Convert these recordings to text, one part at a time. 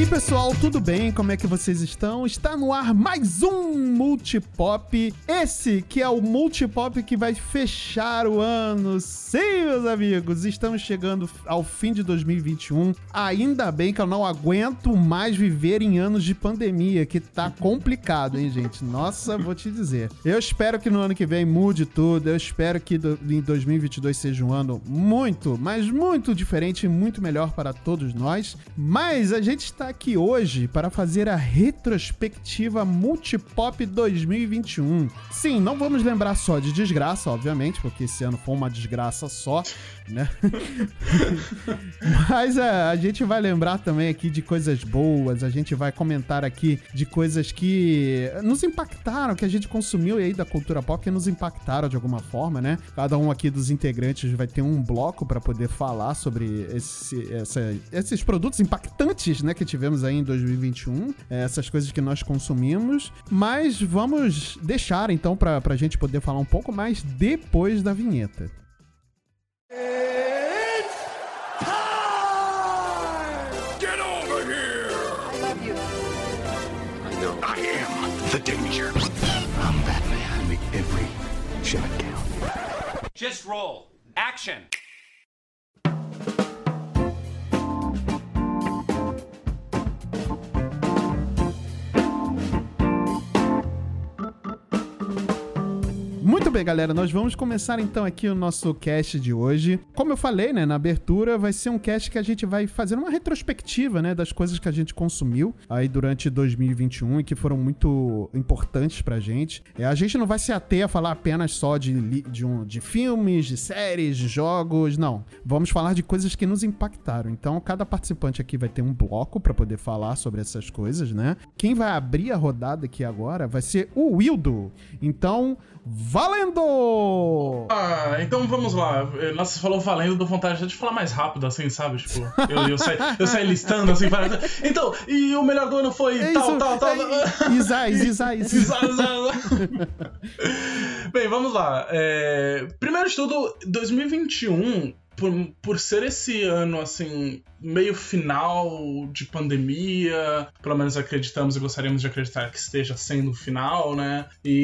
pessoal, tudo bem? Como é que vocês estão? Está no ar mais um Multipop. Esse que é o Multipop que vai fechar o ano. Sim, meus amigos, estamos chegando ao fim de 2021. Ainda bem que eu não aguento mais viver em anos de pandemia, que tá complicado, hein, gente? Nossa, vou te dizer. Eu espero que no ano que vem mude tudo. Eu espero que em 2022 seja um ano muito, mas muito diferente e muito melhor para todos nós. Mas a gente está aqui hoje para fazer a retrospectiva Multipop 2021. Sim, não vamos lembrar só de desgraça, obviamente, porque esse ano foi uma desgraça só, né? Mas a gente vai lembrar também aqui de coisas boas, a gente vai comentar aqui de coisas que nos impactaram, que a gente consumiu aí da cultura pop, que nos impactaram de alguma forma, né? Cada um aqui dos integrantes vai ter um bloco para poder falar sobre esses produtos impactantes, né, que tivemos aí em 2021, essas coisas que nós consumimos, mas vamos deixar então pra gente poder falar um pouco mais depois da vinheta. It's time! Get over here! I love you. I know. I am the danger. I'm Batman. I make every shot count. Just roll. Action! Muito bem, galera, nós vamos começar então aqui o nosso cast de hoje. Como eu falei, né, na abertura, vai ser um cast que a gente vai fazer uma retrospectiva, né, das coisas que a gente consumiu aí durante 2021 e que foram muito importantes pra gente. A gente não vai se ater a falar apenas só de filmes, de séries, de jogos, não. Vamos falar de coisas que nos impactaram. Então, cada participante aqui vai ter um bloco pra poder falar sobre essas coisas, né? Quem vai abrir a rodada aqui agora vai ser o Wildo. Então, valendo! Então vamos lá. Nossa, você falou valendo, dou vontade de falar mais rápido, assim, sabe? Tipo, eu saí listando, assim, falando. Então, e o melhor do ano foi tal. Isais. Bem, vamos lá. Primeiro de tudo, 2021... Por ser esse ano, assim, meio final de pandemia, pelo menos acreditamos e gostaríamos de acreditar que esteja sendo o final, né?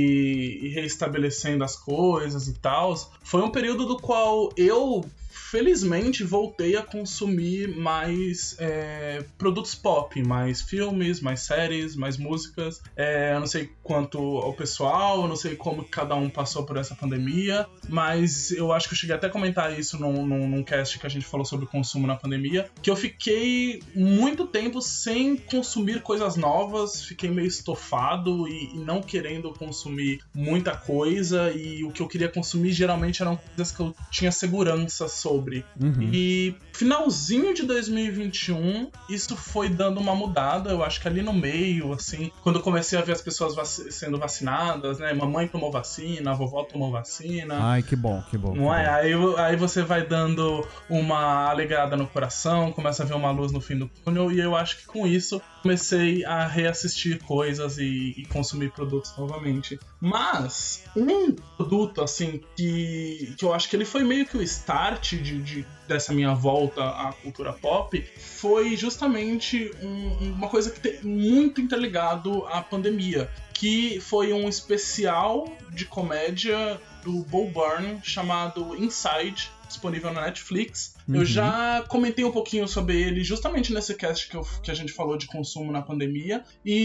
E reestabelecendo as coisas e tal. Foi um período do qual eu, felizmente, voltei a consumir mais produtos pop, mais filmes, mais séries, mais músicas. Eu não sei quanto ao pessoal, eu não sei como cada um passou por essa pandemia, mas eu acho que eu cheguei até a comentar isso num cast que a gente falou sobre consumo na pandemia, que eu fiquei muito tempo sem consumir coisas novas, fiquei meio estofado e não querendo consumir muita coisa, e o que eu queria consumir geralmente eram coisas que eu tinha segurança sobre. Uhum. E finalzinho de 2021, isso foi dando uma mudada, eu acho que ali no meio, assim, quando eu comecei a ver as pessoas sendo vacinadas, né, mamãe tomou vacina, a vovó tomou vacina. Ai, que bom. Não é? Aí você vai dando uma alegrada no coração, começa a ver uma luz no fim do túnel, e eu acho que com isso comecei a reassistir coisas e consumir produtos novamente. Mas um produto, assim, que eu acho que ele foi meio que o start dessa minha volta à cultura pop, foi justamente uma coisa que tem muito interligado à pandemia, que foi um especial de comédia do Bo Burnham chamado Inside, disponível na Netflix. Uhum. Eu já comentei um pouquinho sobre ele justamente nesse cast que a gente falou de consumo na pandemia,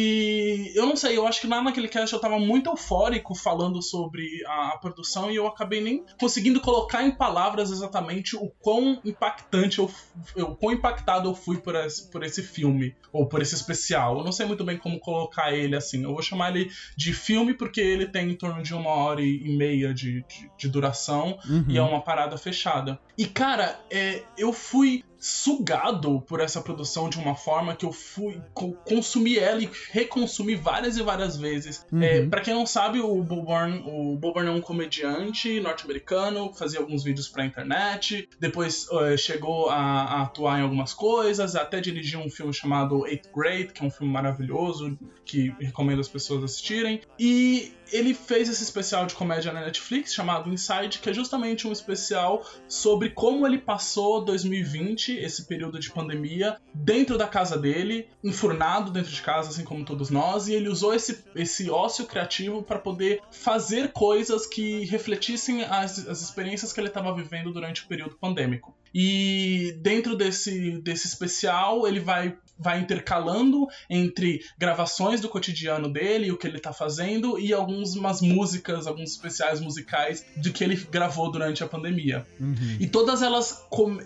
e eu não sei, eu acho que lá naquele cast eu tava muito eufórico falando sobre a produção, e eu acabei nem conseguindo colocar em palavras exatamente o quão impactante o quão impactado eu fui por esse filme, ou por esse especial. Eu não sei muito bem como colocar ele assim, eu vou chamar ele de filme porque ele tem em torno de 1h30 de duração, uhum. E é uma parada fechada. E cara, eu fui sugado por essa produção de uma forma que eu fui consumir ela e reconsumir várias e várias vezes. Uhum. Pra quem não sabe, o Bo Burnham é um comediante norte-americano, fazia alguns vídeos pra internet, depois chegou a atuar em algumas coisas, até dirigiu um filme chamado Eighth Grade, que é um filme maravilhoso, que recomendo as pessoas assistirem. E ele fez esse especial de comédia na Netflix chamado Inside, que é justamente um especial sobre como ele passou 2020 durante esse período de pandemia, dentro da casa dele, enfurnado dentro de casa, assim como todos nós, e ele usou esse ócio criativo para poder fazer coisas que refletissem as experiências que ele estava vivendo durante o período pandêmico. E dentro desse especial, ele vai intercalando entre gravações do cotidiano dele, o que ele tá fazendo, e algumas músicas, alguns especiais musicais do que ele gravou durante a pandemia. E todas elas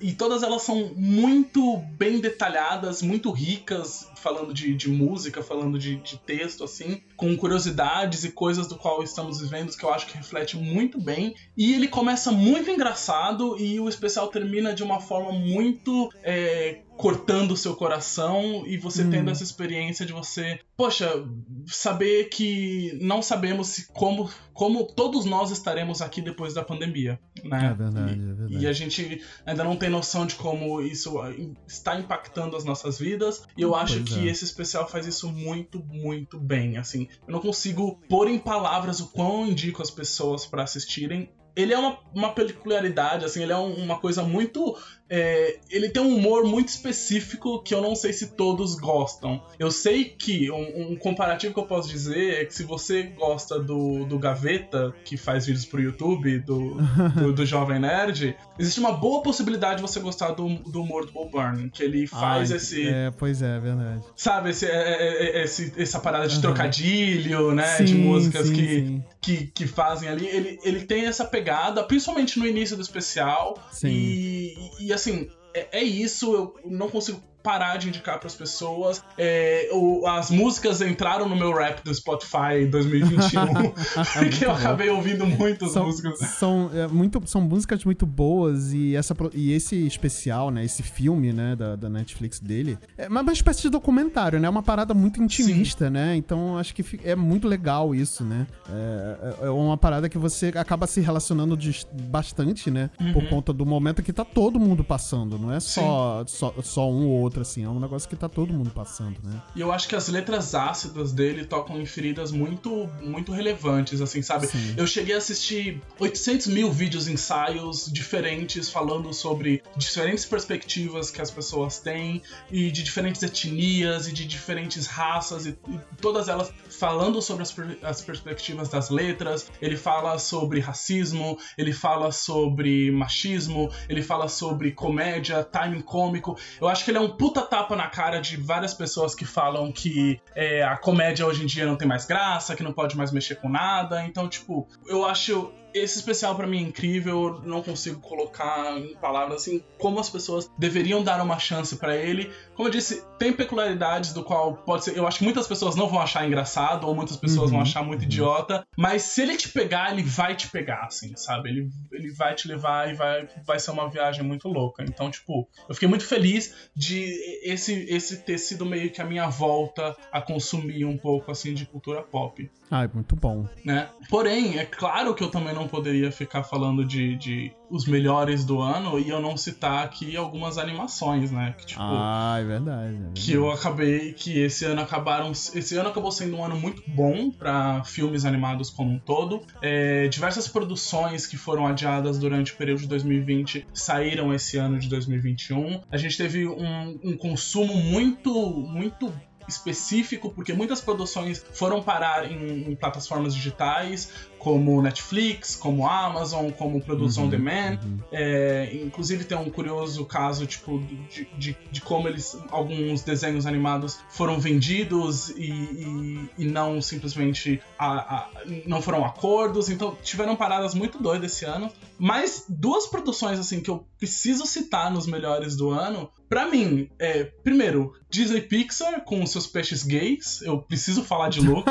são muito bem detalhadas, muito ricas, falando de música, falando de texto, assim, com curiosidades e coisas do qual estamos vivendo, que eu acho que reflete muito bem. E ele começa muito engraçado e o especial termina de uma forma muito cortando o seu coração, e você tendo essa experiência de você, poxa, saber que não sabemos como todos nós estaremos aqui depois da pandemia, né? É verdade. E a gente ainda não tem noção de como isso está impactando as nossas vidas, e eu acho que esse especial faz isso muito, muito bem, assim. Eu não consigo pôr em palavras o quão eu indico as pessoas para assistirem. Ele é uma peculiaridade, assim, ele é uma coisa muito... ele tem um humor muito específico que eu não sei se todos gostam. Eu sei que um comparativo que eu posso dizer é que se você gosta do Gaveta, que faz vídeos pro YouTube, do Jovem Nerd, existe uma boa possibilidade de você gostar do humor do Bo Burnham, que ele faz esse... Pois é, verdade. Sabe, essa parada de trocadilho, né? Sim, de músicas que fazem ali. Ele tem essa pegada, principalmente no início do especial. Sim. E assim, é isso, eu não consigo parar de indicar para as pessoas. As músicas entraram no meu rap do Spotify 2021, porque eu acabei ouvindo muitas músicas. São músicas muito boas, e esse especial, né, esse filme, né, da Netflix dele, é uma espécie de documentário, né, uma parada muito intimista, né, então acho que é muito legal isso, né, é uma parada que você acaba se relacionando bastante, né, por conta do momento que tá todo mundo passando, não é só um ou outro, assim, é um negócio que tá todo mundo passando, né? E eu acho que as letras ácidas dele tocam em feridas muito, muito relevantes, assim, sabe? Sim. Eu cheguei a assistir 800 mil vídeos, ensaios diferentes, falando sobre diferentes perspectivas que as pessoas têm, e de diferentes etnias, e de diferentes raças, e todas elas falando sobre as perspectivas das letras. Ele fala sobre racismo, ele fala sobre machismo, ele fala sobre comédia, timing cômico. Eu acho que ele é um puta tapa na cara de várias pessoas que falam que a comédia hoje em dia não tem mais graça, que não pode mais mexer com nada. Então, tipo, eu acho... Esse especial pra mim é incrível, eu não consigo colocar em palavras assim como as pessoas deveriam dar uma chance pra ele. Como eu disse, tem peculiaridades do qual pode ser... Eu acho que muitas pessoas não vão achar engraçado, ou muitas pessoas vão achar muito idiota, mas se ele te pegar, ele vai te pegar, assim, sabe? Ele vai te levar e vai ser uma viagem muito louca. Então, tipo, eu fiquei muito feliz de esse ter sido meio que a minha volta a consumir um pouco, assim, de cultura pop. É muito bom. Né? Porém, é claro que eu também não poderia ficar falando de os melhores do ano e eu não citar aqui algumas animações, né? Que, tipo, é verdade. Que eu acabei... Que esse ano acabou sendo um ano muito bom pra filmes animados como um todo. Diversas produções que foram adiadas durante o período de 2020 saíram esse ano de 2021. A gente teve um consumo muito, muito específico, porque muitas produções foram parar em plataformas digitais, como Netflix, como Amazon, como produtos on demand. Inclusive tem um curioso caso, tipo, de como alguns desenhos animados foram vendidos e não simplesmente não foram acordos. Então tiveram paradas muito doidas esse ano. Mas duas produções, assim, que eu preciso citar nos melhores do ano, pra mim, primeiro, Disney Pixar com seus peixes gays. Eu preciso falar de Luca,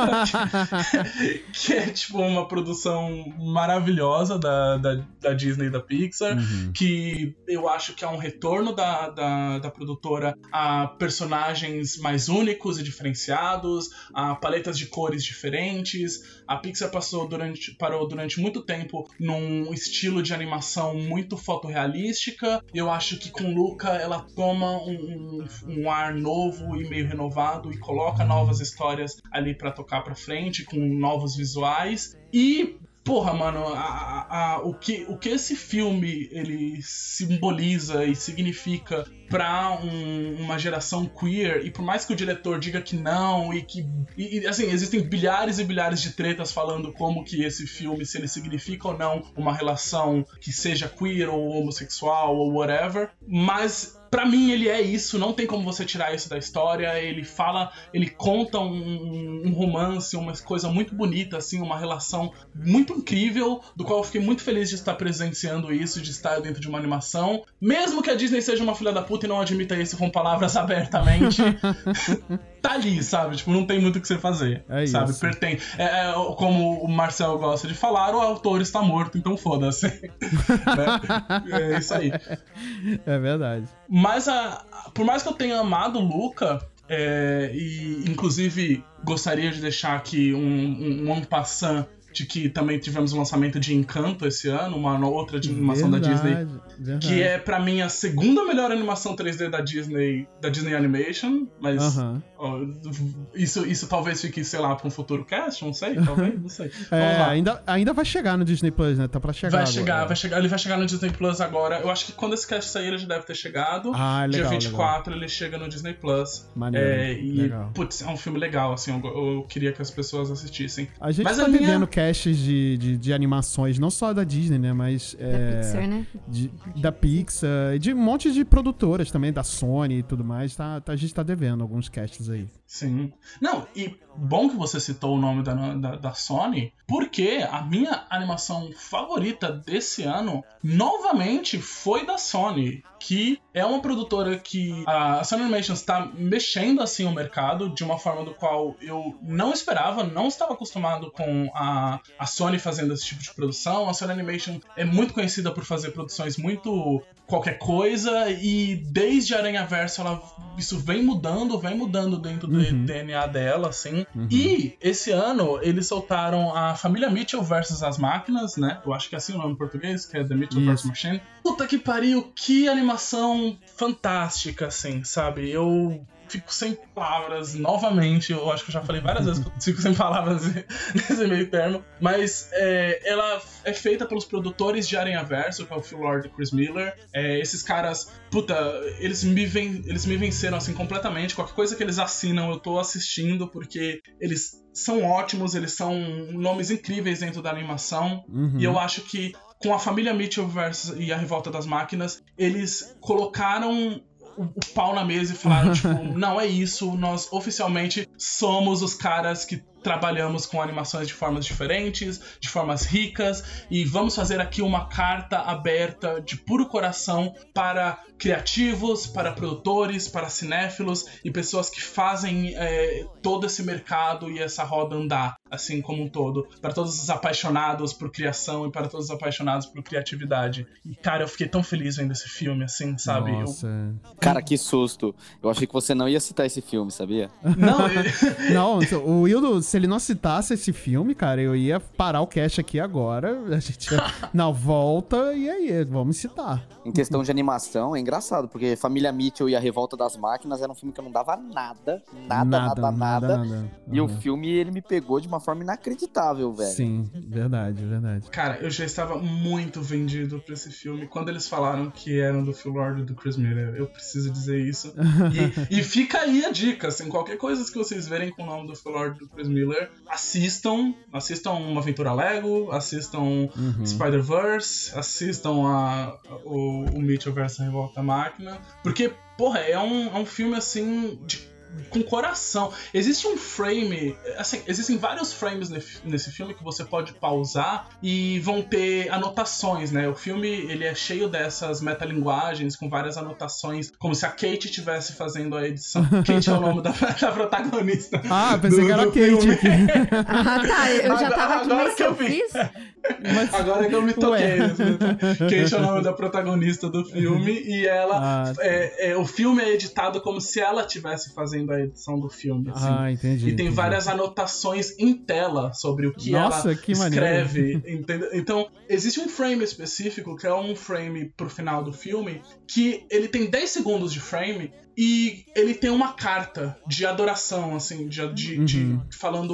que é tipo uma produção maravilhosa da Disney e da Pixar, que eu acho que é um retorno da produtora a personagens mais únicos e diferenciados, a paletas de cores diferentes. A Pixar parou durante muito tempo num estilo de animação muito fotorrealística. Eu acho que com Luca ela toma um ar novo e meio renovado e coloca novas histórias ali pra tocar pra frente, com novos visuais. E porra, mano, o que esse filme ele simboliza e significa pra uma geração queer, e por mais que o diretor diga que não, e assim, existem bilhares e bilhares de tretas falando como que esse filme, se ele significa ou não uma relação que seja queer ou homossexual ou whatever, mas pra mim ele é isso, não tem como você tirar isso da história. Ele conta um romance, uma coisa muito bonita, assim, uma relação muito incrível, do qual eu fiquei muito feliz de estar presenciando isso, de estar dentro de uma animação, mesmo que a Disney seja uma filha da puta e não admita isso com palavras abertamente. Tá ali, sabe? Tipo, não tem muito o que você fazer, sabe? Isso. Como o Marcel gosta de falar, o autor está morto, então foda-se. É isso aí. É verdade. Mas, por mais que eu tenha amado o Luca, e inclusive gostaria de deixar aqui um en passant de que também tivemos o lançamento de Encanto esse ano, uma outra animação da Disney, que é pra mim a segunda melhor animação 3D da Disney Animation, mas isso talvez fique, sei lá, pra um futuro cast, não sei, talvez, não sei. Ainda vai chegar no Disney Plus, né? Tá pra chegar ele vai chegar no Disney Plus agora. Eu acho que quando esse cast sair ele já deve ter chegado. Legal, dia 24 ele chega no Disney Plus. Maneiro, putz, é um filme legal, assim, eu queria que as pessoas assistissem. A gente tá vivendo casts de animações, não só da Disney, né? Mas da Pixar, né? Da Pixar, de um monte de produtoras também, da Sony e tudo mais. A gente tá devendo alguns casts aí. Sim. Não, e bom que você citou o nome da Sony, porque a minha animação favorita desse ano, novamente, foi da Sony, que é uma produtora que a Sony Animation está mexendo assim o mercado de uma forma do qual eu não esperava, não estava acostumado com a Sony fazendo esse tipo de produção. A Sony Animation é muito conhecida por fazer produções muito qualquer coisa, e desde Aranhaverso isso vem mudando dentro do DNA dela, assim. E esse ano eles soltaram a Família Mitchell vs as Máquinas, né? Eu acho que é assim o nome em português, que é The Mitchell vs. Machine. Puta que pariu, que animação fantástica, assim, sabe? Eu fico sem palavras, novamente. Eu acho que eu já falei várias vezes que eu fico sem palavras nesse meio termo. Mas ela é feita pelos produtores de Aranhaverso, que é o Phil Lord e Chris Miller. Esses caras, puta, eles me venceram assim completamente. Qualquer coisa que eles assinam, eu tô assistindo, porque eles são ótimos, eles são nomes incríveis dentro da animação. E eu acho que com a Família Mitchell e a Revolta das Máquinas, eles colocaram o pau na mesa e falaram, tipo, não é isso, nós oficialmente somos os caras que trabalhamos com animações de formas diferentes, de formas ricas, e vamos fazer aqui uma carta aberta de puro coração para criativos, para produtores, para cinéfilos e pessoas que fazem todo esse mercado e essa roda andar, assim como um todo, para todos os apaixonados por criação e para todos os apaixonados por criatividade. E, cara, eu fiquei tão feliz vendo esse filme, assim, sabe? Nossa. Cara, que susto. Eu achei que você não ia citar esse filme, sabia? Não, o Wildo, se ele não citasse esse filme, cara, eu ia parar o cast aqui agora, a gente na volta, e aí, vamos citar. Em questão de animação, é engraçado, porque Família Mitchell e a Revolta das Máquinas era um filme que eu não dava nada. E o filme, ele me pegou de uma forma inacreditável, velho. Sim, verdade. Cara, eu já estava muito vendido pra esse filme. Quando eles falaram que eram do Phil Lord e do Chris Miller, eu preciso dizer isso. E fica aí a dica, assim, qualquer coisa que vocês verem com o nome do Phil Lord e do Chris Miller, assistam Uma Aventura Lego, assistam Spider-Verse, assistam o Mitchell vs. a Revolta da Máquina, porque, porra, é um filme, assim, com coração. Existe um frame, assim, existem vários frames nesse filme que você pode pausar e vão ter anotações, né? O filme, ele é cheio dessas metalinguagens com várias anotações, como se a Kate estivesse fazendo a edição. Kate é o nome da protagonista. Pensei que era a Kate aqui. Tá, eu já tava aqui, mas que eu fiz... Agora que eu me toquei. Kate é o nome da protagonista do filme e ela... o filme é editado como se ela estivesse fazendo a edição do filme, assim. Entendi. E tem várias anotações em tela sobre o que ela escreve. Então, existe um frame específico, que é um frame pro final do filme, que ele tem 10 segundos de frame e ele tem uma carta de adoração, assim, de falando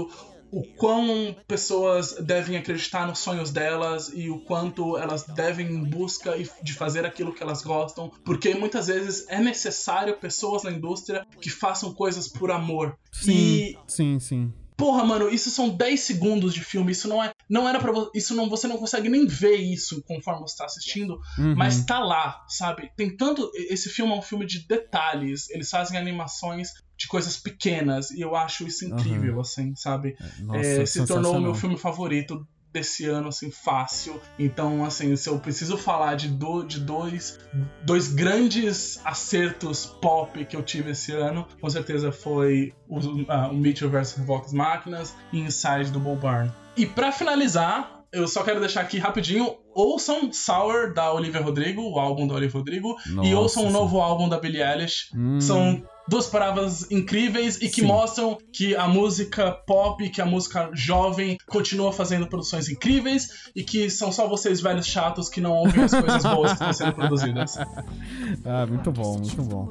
o quão pessoas devem acreditar nos sonhos delas e o quanto elas devem ir em busca de fazer aquilo que elas gostam, porque muitas vezes é necessário pessoas na indústria que façam coisas por amor. Sim, sim. Porra, mano, isso são 10 segundos de filme, isso não era pra isso não, você não consegue nem ver isso conforme você tá assistindo, mas tá lá, sabe? Tem tanto, esse filme é um filme de detalhes, eles fazem animações de coisas pequenas, e eu acho isso incrível, assim, sabe? Nossa, se tornou o meu filme favorito desse ano, assim, fácil. Então, assim, se eu preciso falar de dois grandes acertos pop que eu tive esse ano, com certeza foi o Mitchell vs. Vox Máquinas e Inside do Bo Burnham. E pra finalizar, eu só quero deixar aqui rapidinho, ouçam Sour da Olivia Rodrigo, o álbum da Olivia Rodrigo, e ouçam o novo álbum da Billie Eilish. São duas palavras incríveis e que mostram que a música pop, que a música jovem continua fazendo produções incríveis e que são só vocês velhos chatos que não ouvem as coisas boas que estão sendo produzidas. Muito bom, muito bom.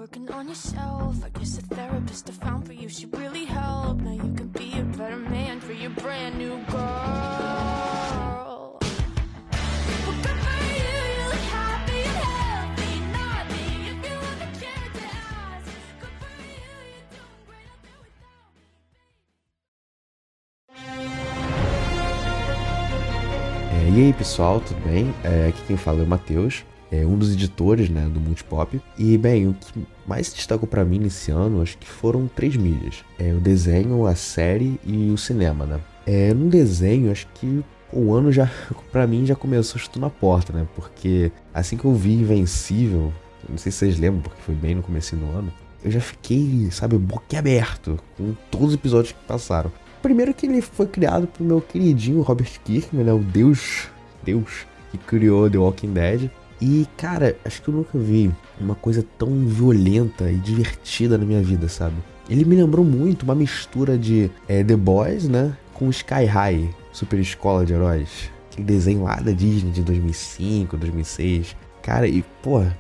E aí pessoal, tudo bem? Aqui quem fala é o Matheus, um dos editores, né, do Multipop. E bem, o que mais se destacou pra mim nesse ano, acho que foram 3 mídias. O desenho, a série e o cinema, né? No desenho, acho que o ano já, pra mim, já começou chutando a porta, né? Porque assim que eu vi Invencível, não sei se vocês lembram, porque foi bem no comecinho do ano, eu já fiquei, sabe, boquiaberto com todos os episódios que passaram. Primeiro que ele foi criado pelo meu queridinho Robert Kirkman, né? O Deus que criou The Walking Dead. E, cara, acho que eu nunca vi uma coisa tão violenta e divertida na minha vida, sabe? Ele me lembrou muito uma mistura de The Boys, né? Com Sky High, Super Escola de Heróis. Aquele desenho lá da Disney de 2005, 2006. Cara, e,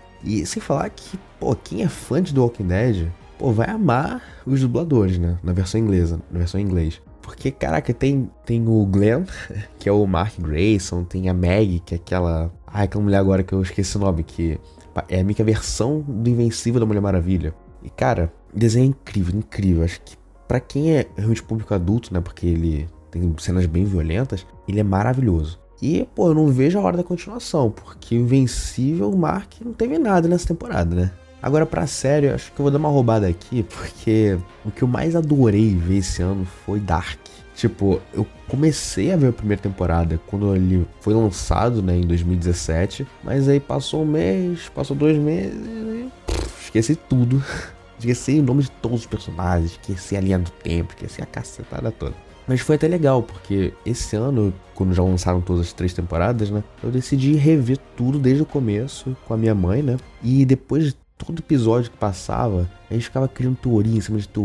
e sem falar que, quem é fã de The Walking Dead, vai amar os dubladores, né? Na versão inglesa, na versão em inglês. Porque, caraca, tem o Glenn, que é o Mark Grayson, tem a Maggie, que é aquela mulher agora que eu esqueci o nome, que é a minha versão do Invencível da Mulher Maravilha. E, cara, o desenho é incrível. Acho que pra quem é realmente público adulto, né, porque ele tem cenas bem violentas, ele é maravilhoso. E, eu não vejo a hora da continuação, porque o Invencível, o Mark, não teve nada nessa temporada, né? Agora, pra série, acho que eu vou dar uma roubada aqui, porque o que eu mais adorei ver esse ano foi Dark. Tipo, eu comecei a ver a primeira temporada quando ele foi lançado, né, em 2017, mas aí passou um mês, passou 2 meses, e esqueci tudo. Esqueci o nome de todos os personagens, esqueci a linha do tempo, esqueci a cacetada toda. Mas foi até legal, porque esse ano, quando já lançaram todas as 3 temporadas, né, eu decidi rever tudo desde o começo com a minha mãe, né, e depois de todo episódio que passava, a gente ficava criando teoria em cima de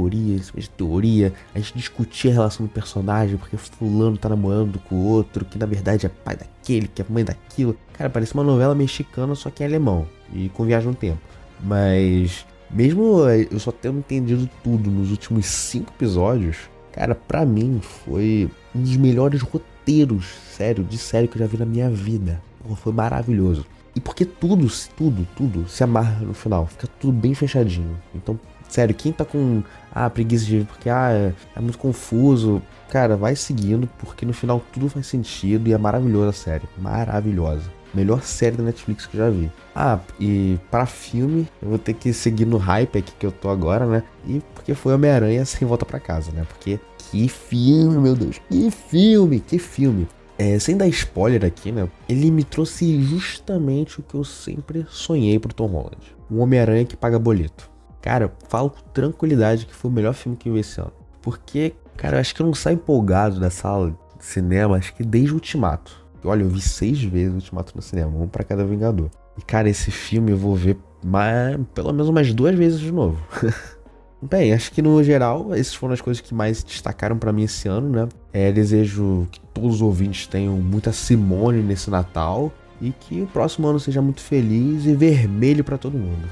teoria, a gente discutia a relação do personagem, porque fulano tá namorando com o outro, que na verdade é pai daquele, que é mãe daquilo. Cara, parece uma novela mexicana, só que em alemão, e com viagem no tempo. Mas, mesmo eu só tendo entendido tudo nos últimos 5 episódios, cara, pra mim foi um dos melhores roteiros, de série que eu já vi na minha vida. Foi maravilhoso. E porque tudo se amarra no final, fica tudo bem fechadinho. Então, sério, quem tá com preguiça de ver porque é muito confuso, cara, vai seguindo, porque no final tudo faz sentido e é maravilhosa a série, maravilhosa. Melhor série da Netflix que eu já vi. E pra filme, eu vou ter que seguir no hype aqui que eu tô agora, né? E porque foi Homem-Aranha Sem Volta Pra Casa, né? Porque que filme, meu Deus, que filme. Sem dar spoiler aqui, né? Ele me trouxe justamente o que eu sempre sonhei pro Tom Holland. Um Homem-Aranha que paga boleto. Cara, falo com tranquilidade que foi o melhor filme que eu vi esse ano. Porque, cara, eu acho que eu não saio empolgado da sala de cinema, acho que desde o Ultimato. Olha, eu vi 6 vezes o Ultimato no cinema, 1 pra cada Vingador. E, cara, esse filme eu vou ver pelo menos umas 2 vezes de novo. Bem, acho que no geral, essas foram as coisas que mais destacaram pra mim esse ano, né? Desejo que todos os ouvintes tenham muita Simone nesse Natal e que o próximo ano seja muito feliz e vermelho pra todo mundo.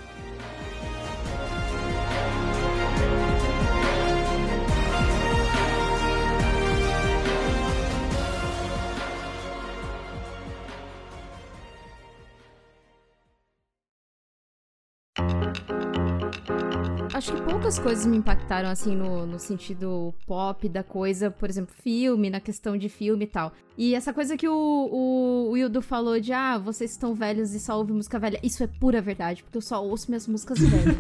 Acho que poucas coisas me impactaram, assim, no sentido pop da coisa. Por exemplo, filme, na questão de filme e tal. E essa coisa que o Wildo falou de, vocês estão velhos e só ouvem música velha. Isso é pura verdade, porque eu só ouço minhas músicas velhas.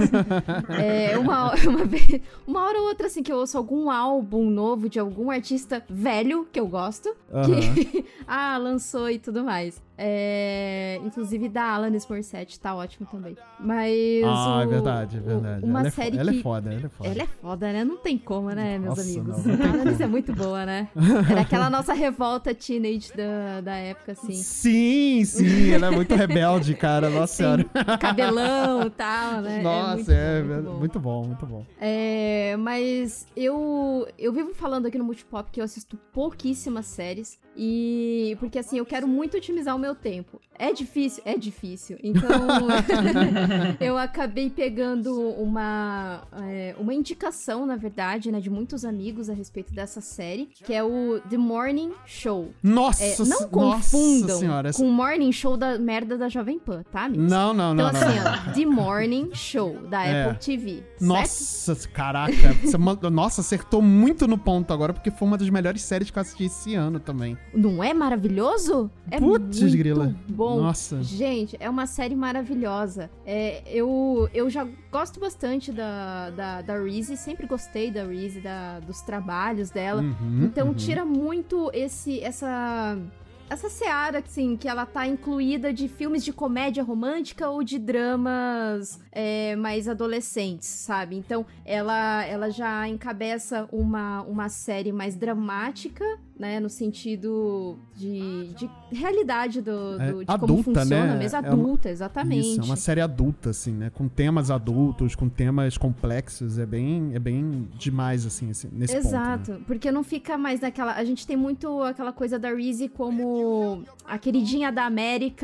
Uma hora ou outra, assim, que eu ouço algum álbum novo de algum artista velho que eu gosto, que lançou e tudo mais. Inclusive da Alanis Morissette, tá ótimo também. Mas é verdade. Uma série ela que... é foda. Ela é foda, né? Não tem como, né, meus amigos? Não A Alanis é muito boa, né? Era aquela nossa revolta teenage da época, assim. Sim, ela é muito rebelde, cara. Nossa senhora. Cabelão e tal, né? Nossa, muito bom. Mas eu vivo falando aqui no Multipop que eu assisto pouquíssimas séries. E porque assim, eu quero muito otimizar o meu tempo. É difícil. Então, eu acabei pegando uma indicação, na verdade, né, de muitos amigos a respeito dessa série, que é o The Morning Show. Nossa, não confundam senhora, com o Morning Show da merda da Jovem Pan, tá, amigos? Não. Então, assim, The Morning Show, da Apple TV. Nossa, certo? Caraca. Nossa, acertou muito no ponto agora, porque foi uma das melhores séries que eu assisti esse ano também. Não é maravilhoso? É Putz, muito grila. bom. Nossa. Gente, é uma série maravilhosa. Eu já gosto bastante da Reese, sempre gostei da Reese, dos trabalhos dela. Então tira muito essa seara, assim, que ela tá incluída de filmes de comédia romântica ou de dramas mais adolescentes, sabe? Então, ela já encabeça uma série mais dramática, né? No sentido de realidade de adulta, como funciona, né? mesmo adulta, exatamente. Isso, é uma série adulta, assim, né? Com temas adultos, com temas complexos. É bem demais, assim, nesse ponto. Exato, né? Porque não fica mais naquela... A gente tem muito aquela coisa da Reese como a queridinha da América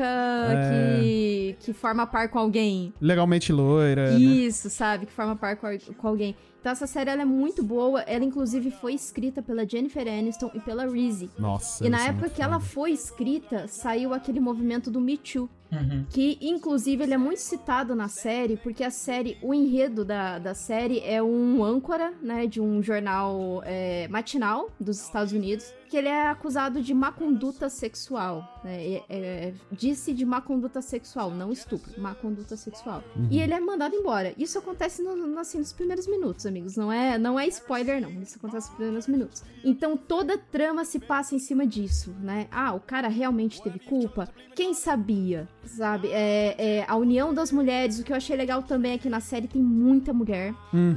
que forma par com alguém. Legalmente loira. Isso, né? Sabe? Que forma par com alguém. Então essa série ela é muito boa. Ela inclusive foi escrita pela Jennifer Aniston e pela Reese. Nossa. E na época que ela foi escrita, saiu aquele movimento do Me Too. Que, inclusive, ele é muito citado na série, porque o enredo da série é um âncora, né, de um jornal matinal dos Estados Unidos, que ele é acusado de má conduta sexual, né, disse de má conduta sexual, não estupro, má conduta sexual. E ele é mandado embora. Isso acontece nos primeiros minutos, amigos, não é spoiler, não, isso acontece nos primeiros minutos. Então, toda a trama se passa em cima disso, né, o cara realmente teve culpa? Quem sabia? Sabe, a união das mulheres. O que eu achei legal também é que na série tem muita mulher.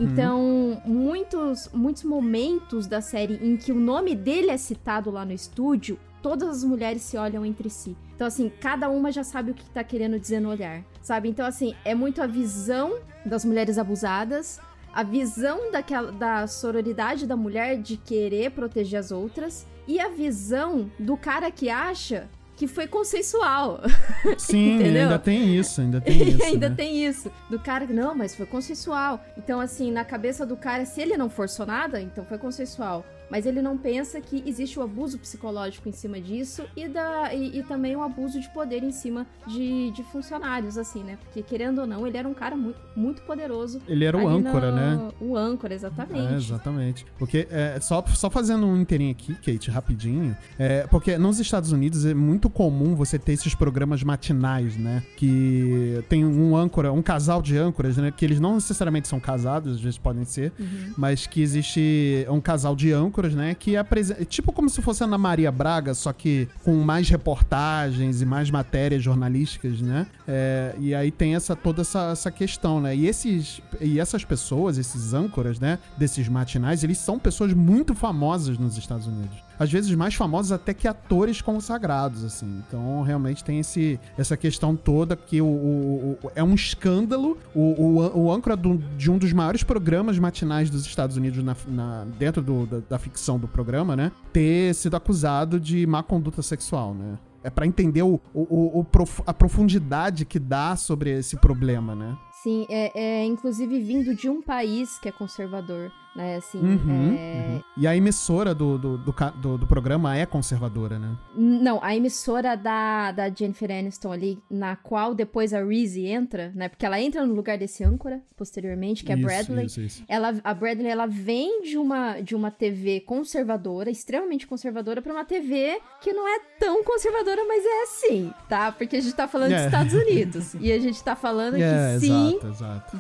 Então, muitos momentos da série em que o nome dele é citado lá no estúdio, todas as mulheres se olham entre si. Então, assim, cada uma já sabe o que tá querendo dizer no olhar, sabe? Então, assim, é muito a visão das mulheres abusadas, a visão da sororidade da mulher de querer proteger as outras, e a visão do cara que acha que foi consensual. Sim, ainda tem isso. Ainda né? tem isso. Do cara que, não, mas foi consensual. Então, assim, na cabeça do cara, se ele não forçou nada, então foi consensual. Mas ele não pensa que existe o abuso psicológico em cima disso e também o abuso de poder em cima de funcionários, assim, né? Porque, querendo ou não, ele era um cara muito, muito poderoso. Ele era o âncora, né? O âncora, exatamente. Exatamente. Porque, só fazendo um inteirinho aqui, Kate, rapidinho, porque nos Estados Unidos é muito comum você ter esses programas matinais, né? Que tem um âncora, um casal de âncoras, né? Que eles não necessariamente são casados, às vezes podem ser, mas que existe um casal de âncoras, né, que apresenta, tipo como se fosse a Ana Maria Braga, só que com mais reportagens e mais matérias jornalísticas, né, e aí tem toda essa questão, né, e essas pessoas, esses âncoras, né, desses matinais, eles são pessoas muito famosas nos Estados Unidos. Às vezes mais famosos até que atores consagrados, assim. Então, realmente tem essa questão toda que é um escândalo o âncora de um dos maiores programas matinais dos Estados Unidos dentro da ficção do programa, né? Ter sido acusado de má conduta sexual, né? É pra entender a profundidade que dá sobre esse problema, né? Sim, inclusive vindo de um país que é conservador. né, assim. E a emissora do programa é conservadora, né? Não, a emissora da Jennifer Aniston ali, na qual depois a Reese entra, né, porque ela entra no lugar desse âncora, posteriormente, que é a Bradley. Isso. A Bradley, ela vem de uma TV conservadora, extremamente conservadora, pra uma TV que não é tão conservadora, mas é assim, tá? Porque a gente tá falando dos Estados Unidos. E a gente tá falando que sim, exato.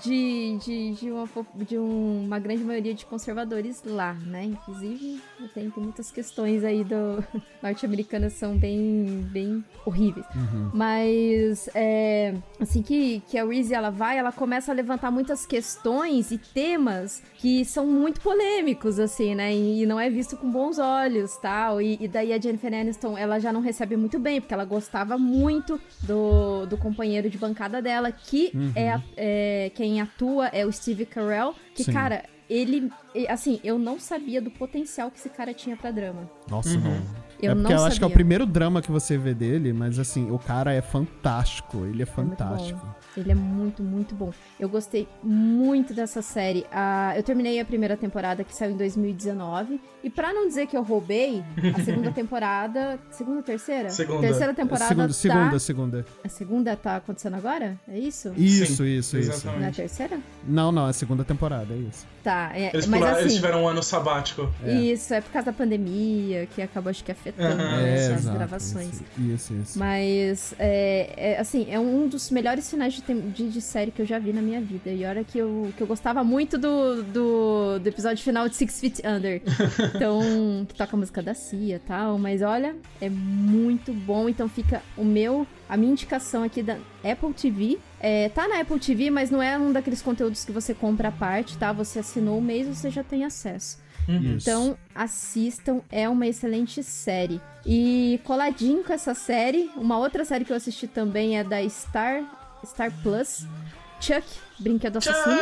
De uma grande maioria de conservadores lá, né? Inclusive, tem muitas questões aí do norte-americanas são bem horríveis. Mas, assim que a Reese, ela começa a levantar muitas questões e temas que são muito polêmicos, assim, né? E não é visto com bons olhos, tal. E daí a Jennifer Aniston, ela já não recebe muito bem, porque ela gostava muito do companheiro de bancada dela, que quem atua é o Steve Carell, que, sim, cara, ele, assim, eu não sabia do potencial que esse cara tinha pra drama. Nossa, não. Eu porque eu acho que é o primeiro drama que você vê dele, mas assim, o cara é fantástico, ele é fantástico. Ele é muito, muito bom. Eu gostei muito dessa série. Eu terminei a primeira temporada, que saiu em 2019, e pra não dizer que eu roubei, a segunda temporada... Segunda, terceira? Segunda. Terceira temporada Segunda. A segunda tá acontecendo agora? É isso? Isso. Exatamente. Não é a terceira? Não, é a segunda temporada, é isso. Tá, mas assim, eles tiveram um ano sabático. Isso, é por causa da pandemia, que acabou, acho que, afetando as gravações. Isso. Mas, assim, é um dos melhores finais de série que eu já vi na minha vida. E olha que eu gostava muito do episódio final de 6 Feet Under. Então, que toca a música da Cia e tal. Mas olha, é muito bom. Então fica a minha indicação aqui da Apple TV. Tá na Apple TV, mas não é um daqueles conteúdos que você compra à parte, tá? Você assinou o mês, você já tem acesso. Então, assistam, é uma excelente série. E coladinho com essa série, uma outra série que eu assisti também é da Star Plus, Chuck, Brinquedo Assassino.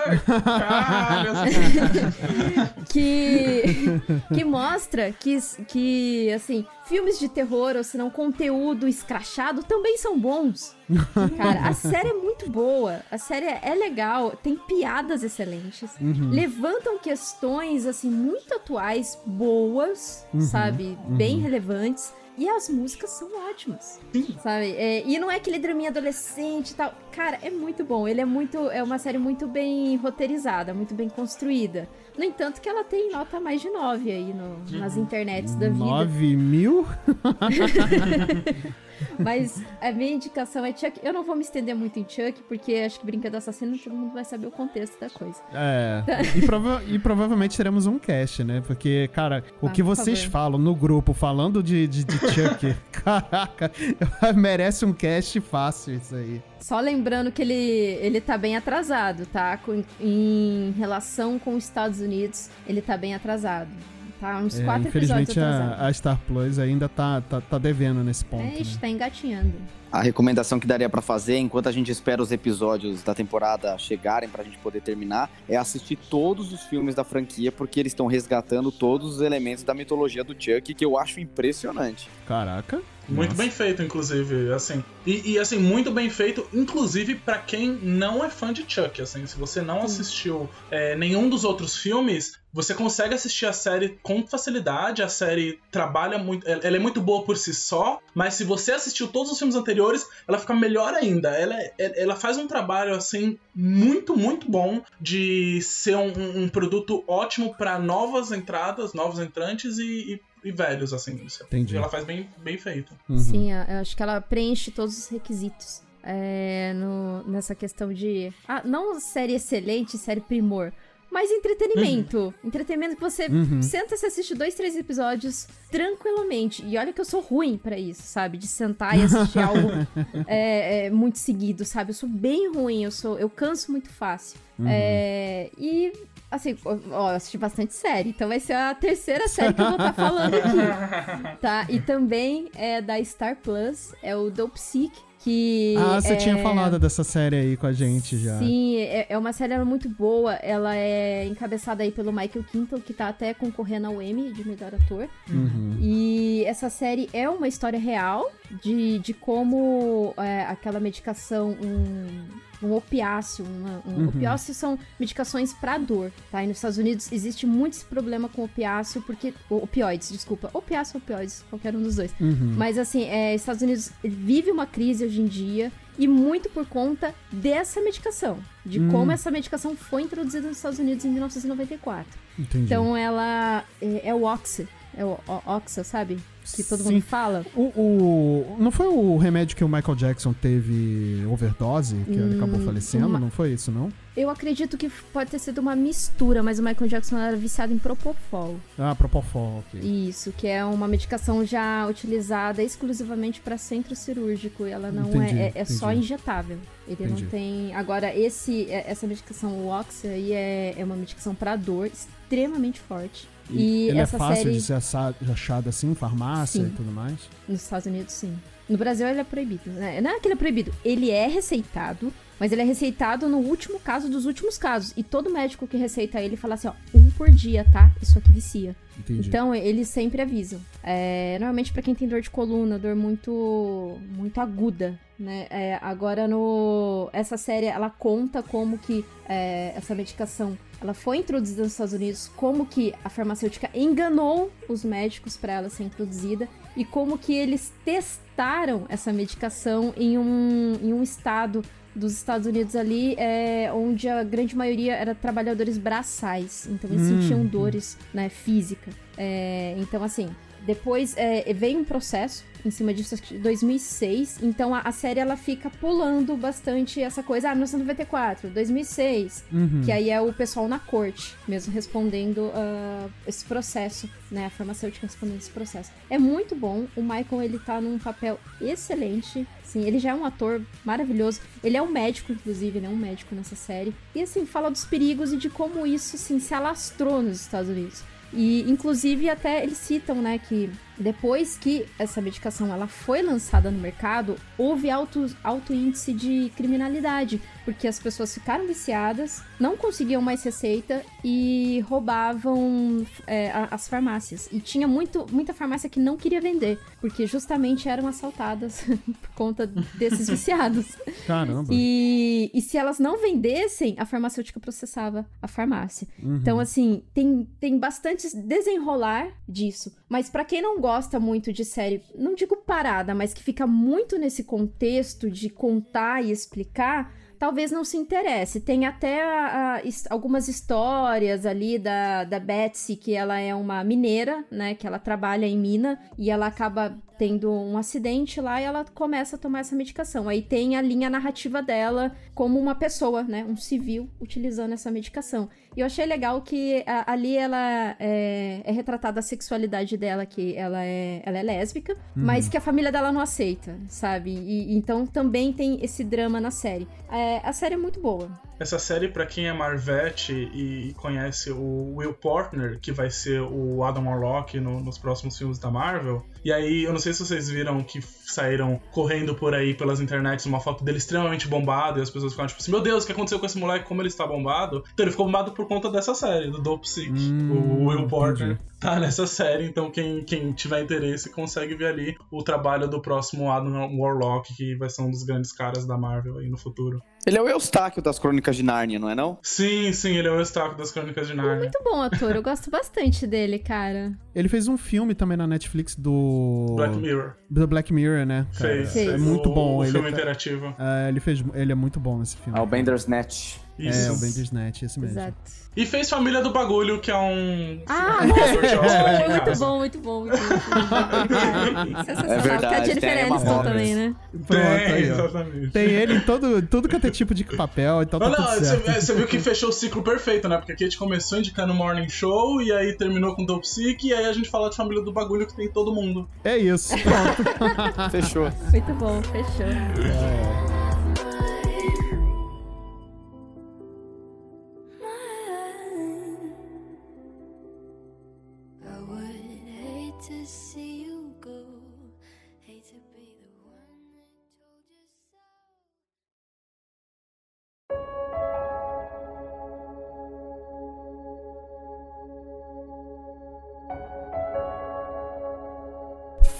que mostra que, assim, filmes de terror, ou se não, conteúdo escrachado também são bons. Cara, a série é muito boa, a série é legal, tem piadas excelentes, levantam questões, assim, muito atuais, boas, sabe? Bem relevantes. E as músicas são ótimas, sabe? E não é aquele draminha adolescente e tal. Cara, é muito bom. É uma série muito bem roteirizada, muito bem construída. No entanto, que ela tem nota mais de 9 aí nas internets da vida. 9.000? Mas a minha indicação é Chuck. Eu não vou me estender muito em Chuck, porque acho que Brinquedo Assassino todo mundo vai saber o contexto da coisa. E provavelmente teremos um cast, né? Porque, cara, o que vocês falam no grupo, falando de Chuck, caraca, merece um cast fácil isso aí. Só lembrando que ele tá bem atrasado, tá? Em relação com os Estados Unidos, ele tá bem atrasado. Tá uns 4 episódios atrasados. Infelizmente a Star Plus ainda tá devendo nesse ponto. Tá engatinhando. A recomendação que daria pra fazer, enquanto a gente espera os episódios da temporada chegarem pra gente poder terminar, é assistir todos os filmes da franquia, porque eles estão resgatando todos os elementos da mitologia do Chuck, que eu acho impressionante. Caraca. Muito bem feito, inclusive, assim. E assim, muito bem feito, inclusive pra quem não é fã de Chuck, assim. Se você não assistiu nenhum dos outros filmes, você consegue assistir a série com facilidade. A série trabalha muito, ela é muito boa por si só, mas se você assistiu todos os filmes anteriores, ela fica melhor ainda. Ela faz um trabalho, assim, muito, muito bom de ser um produto ótimo pra novas entradas, novos entrantes e velhos, assim. Entendi. Ela faz bem feito. Sim, eu acho que ela preenche todos os requisitos nessa questão de... não série excelente, série primor, mas entretenimento. Entretenimento que você senta e assiste 2, 3 episódios tranquilamente. E olha que eu sou ruim pra isso, sabe? De sentar e assistir algo muito seguido, sabe? Eu sou bem ruim, eu canso muito fácil. E... assim, eu assisti bastante série, então vai ser a terceira série que eu vou estar falando aqui, tá? E também é da Star Plus, é o Dope Sick, que... você tinha falado dessa série aí com a gente já. Sim, é uma série muito boa. Ela é encabeçada aí pelo Michael Keaton, que tá até concorrendo ao Emmy de melhor ator. E essa série é uma história real de como aquela medicação, um opiáceo. Opiáceo são medicações pra dor, tá? E nos Estados Unidos existe muito esse problema com opiáceo, porque... Opioides, desculpa. Opiáceo, opioides, qualquer um dos dois. Mas assim, Estados Unidos vive uma crise hoje em dia, e muito por conta dessa medicação. De como essa medicação foi introduzida nos Estados Unidos em 1994. Entendi. Então ela é o Oxy. É o Oxa, sabe? Que todo mundo fala. Não foi o remédio que o Michael Jackson teve overdose, que ele acabou falecendo? Não foi isso, não? Eu acredito que pode ter sido uma mistura, mas o Michael Jackson era viciado em Propofol. Propofol, ok. Isso, que é uma medicação já utilizada exclusivamente para centro cirúrgico. Ela não é só injetável. Ele não tem... Agora, essa medicação, o Oxy, aí é uma medicação para dor extremamente forte. E ele essa é fácil série... de ser achado assim, em farmácia Sim. e tudo mais? Nos Estados Unidos, sim. No Brasil, ele é proibido. Não é que ele é proibido. Ele é receitado, mas ele é receitado no último caso dos últimos casos. E todo médico que receita ele fala assim, 1 por dia, tá? Isso aqui vicia. Entendi. Então, eles sempre avisam. Normalmente, pra quem tem dor de coluna, dor muito, muito aguda, né? Agora, essa série, ela conta como que essa medicação... Ela foi introduzida nos Estados Unidos, como que a farmacêutica enganou os médicos para ela ser introduzida e como que eles testaram essa medicação em um estado dos Estados Unidos ali, onde a grande maioria era trabalhadores braçais, então eles sentiam dores, né, física. Então, assim, depois veio um processo em cima disso, acho que em 2006, então a série ela fica pulando bastante essa coisa, 1994, 2006, que aí é o pessoal na corte mesmo respondendo esse processo, né, a farmacêutica respondendo esse processo. É muito bom, o Michael ele tá num papel excelente, sim, ele já é um ator maravilhoso, ele é um médico, inclusive, ele é um médico nessa série, e assim, fala dos perigos e de como isso, assim, se alastrou nos Estados Unidos. E, inclusive, até eles citam, né, que depois que essa medicação ela foi lançada no mercado, houve alto índice de criminalidade, porque as pessoas ficaram viciadas, não conseguiam mais receita e roubavam as farmácias. E tinha muita farmácia que não queria vender, porque justamente eram assaltadas por conta desses viciados. Caramba! E se elas não vendessem, a farmacêutica processava a farmácia. Então, assim, tem bastante desenrolar disso. Mas pra quem não gosta muito de série, não digo parada, mas que fica muito nesse contexto de contar e explicar, talvez não se interesse. Tem até algumas histórias ali da Betsy, que ela é uma mineira, né, que ela trabalha em mina, e ela acaba tendo um acidente lá e ela começa a tomar essa medicação. Aí tem a linha narrativa dela como uma pessoa, né, um civil, utilizando essa medicação. E eu achei legal que ali ela é retratada a sexualidade dela, que ela é lésbica, mas que a família dela não aceita, sabe? E então também tem esse drama na série. A série é muito boa. Essa série, pra quem é Marvete e conhece o Will Portner, que vai ser o Adam Warlock nos próximos filmes da Marvel, e aí, eu não sei se vocês viram que saíram correndo por aí pelas internets uma foto dele extremamente bombado, e as pessoas ficaram tipo assim, meu Deus, o que aconteceu com esse moleque, como ele está bombado? Então ele ficou bombado por conta dessa série, do Dopesick. O Will Portner tá nessa série, então quem tiver interesse consegue ver ali o trabalho do próximo Adam Warlock, que vai ser um dos grandes caras da Marvel aí no futuro. Ele é o Eustáquio das Crônicas de Nárnia, não é não? Sim, ele é o Eustáquio das Crônicas de Nárnia. Ele é muito bom ator, eu gosto bastante dele, cara. Ele fez um filme também na Netflix do... Black Mirror. Do Black Mirror, né? Fez. É muito bom. O filme interativo. Ele é muito bom nesse filme. O Bandersnatch. Isso. O Bandersnatch, esse mesmo. Exato. E fez Família do Bagulho, que é um... Muito bom. Muito bom. Sensacional. É verdade, Porque a Jennifer Aniston também, né? Exatamente. Tem ele em tudo que é tipo de papel, então tá tudo certo. Você viu que fechou o ciclo perfeito, né? Porque aqui a gente começou indicando o Morning Show, e aí terminou com Dopesick, e aí a gente fala de Família do Bagulho, que tem todo mundo. É isso, pronto. Fechou. Muito bom, fechou. To see you go, hate to be the one that told you so.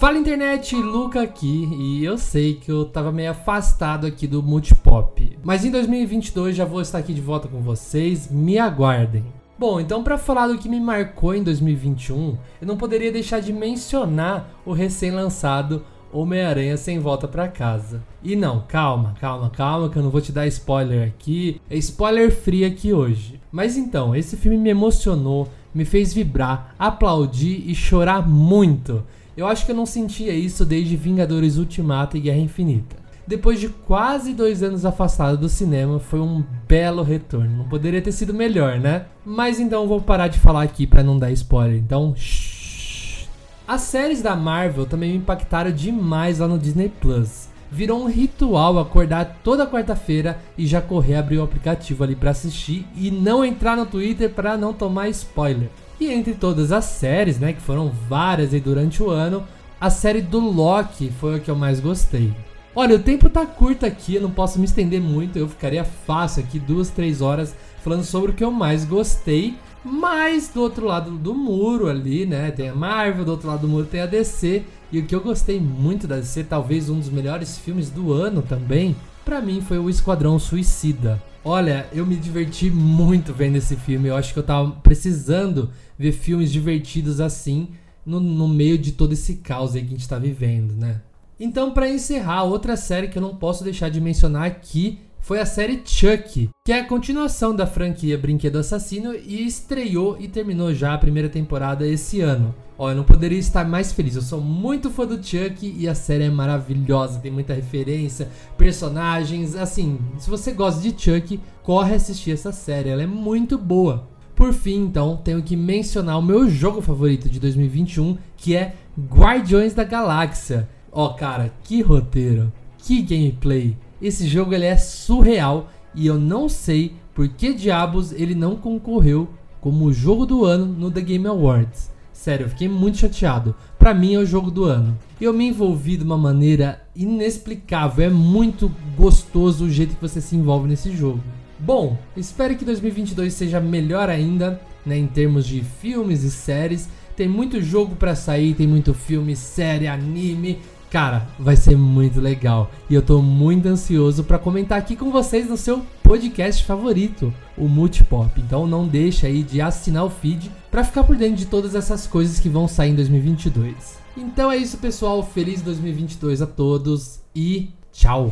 Fala internet, Luca aqui, e eu sei que eu tava meio afastado aqui do Multipop, mas em 2022 já vou estar aqui de volta com vocês, me aguardem. Bom, então pra falar do que me marcou em 2021, eu não poderia deixar de mencionar o recém-lançado Homem-Aranha Sem Volta Pra Casa. E não, calma, que eu não vou te dar spoiler aqui, é spoiler free aqui hoje. Mas então, esse filme me emocionou, me fez vibrar, aplaudir e chorar muito. Eu acho que eu não sentia isso desde Vingadores Ultimato e Guerra Infinita. Depois de quase 2 anos afastado do cinema, foi um belo retorno. Não poderia ter sido melhor, né? Mas então eu vou parar de falar aqui pra não dar spoiler. Então, shhh. As séries da Marvel também me impactaram demais lá no Disney Plus. Virou um ritual acordar toda quarta-feira e já correr abrir o aplicativo ali pra assistir e não entrar no Twitter pra não tomar spoiler. E entre todas as séries, né, que foram várias aí durante o ano, a série do Loki foi a que eu mais gostei. Olha, o tempo tá curto aqui, eu não posso me estender muito, eu ficaria fácil aqui 2-3 horas falando sobre o que eu mais gostei, mas do outro lado do muro ali, né, tem a Marvel, do outro lado do muro tem a DC, e o que eu gostei muito da DC, talvez um dos melhores filmes do ano também, pra mim foi o Esquadrão Suicida. Olha, eu me diverti muito vendo esse filme, eu acho que eu tava precisando ver filmes divertidos assim, no meio de todo esse caos aí que a gente tá vivendo, né? Então, pra encerrar, outra série que eu não posso deixar de mencionar aqui foi a série Chuck, que é a continuação da franquia Brinquedo Assassino e estreou e terminou já a primeira temporada esse ano. Ó, eu não poderia estar mais feliz, eu sou muito fã do Chuck e a série é maravilhosa, tem muita referência, personagens, assim, se você gosta de Chuck, corre assistir essa série, ela é muito boa. Por fim, então, tenho que mencionar o meu jogo favorito de 2021, que é Guardiões da Galáxia. Ó, cara, que roteiro, que gameplay, esse jogo ele é surreal e eu não sei por que diabos ele não concorreu como o jogo do ano no The Game Awards. Sério, eu fiquei muito chateado. Pra mim é o jogo do ano. Eu me envolvi de uma maneira inexplicável. É muito gostoso o jeito que você se envolve nesse jogo. Bom, espero que 2022 seja melhor ainda, né, em termos de filmes e séries. Tem muito jogo pra sair, tem muito filme, série, anime. Cara, vai ser muito legal. E eu tô muito ansioso pra comentar aqui com vocês no seu podcast favorito, o Multipop. Então não deixa aí de assinar o feed pra ficar por dentro de todas essas coisas que vão sair em 2022. Então é isso, pessoal. Feliz 2022 a todos e tchau!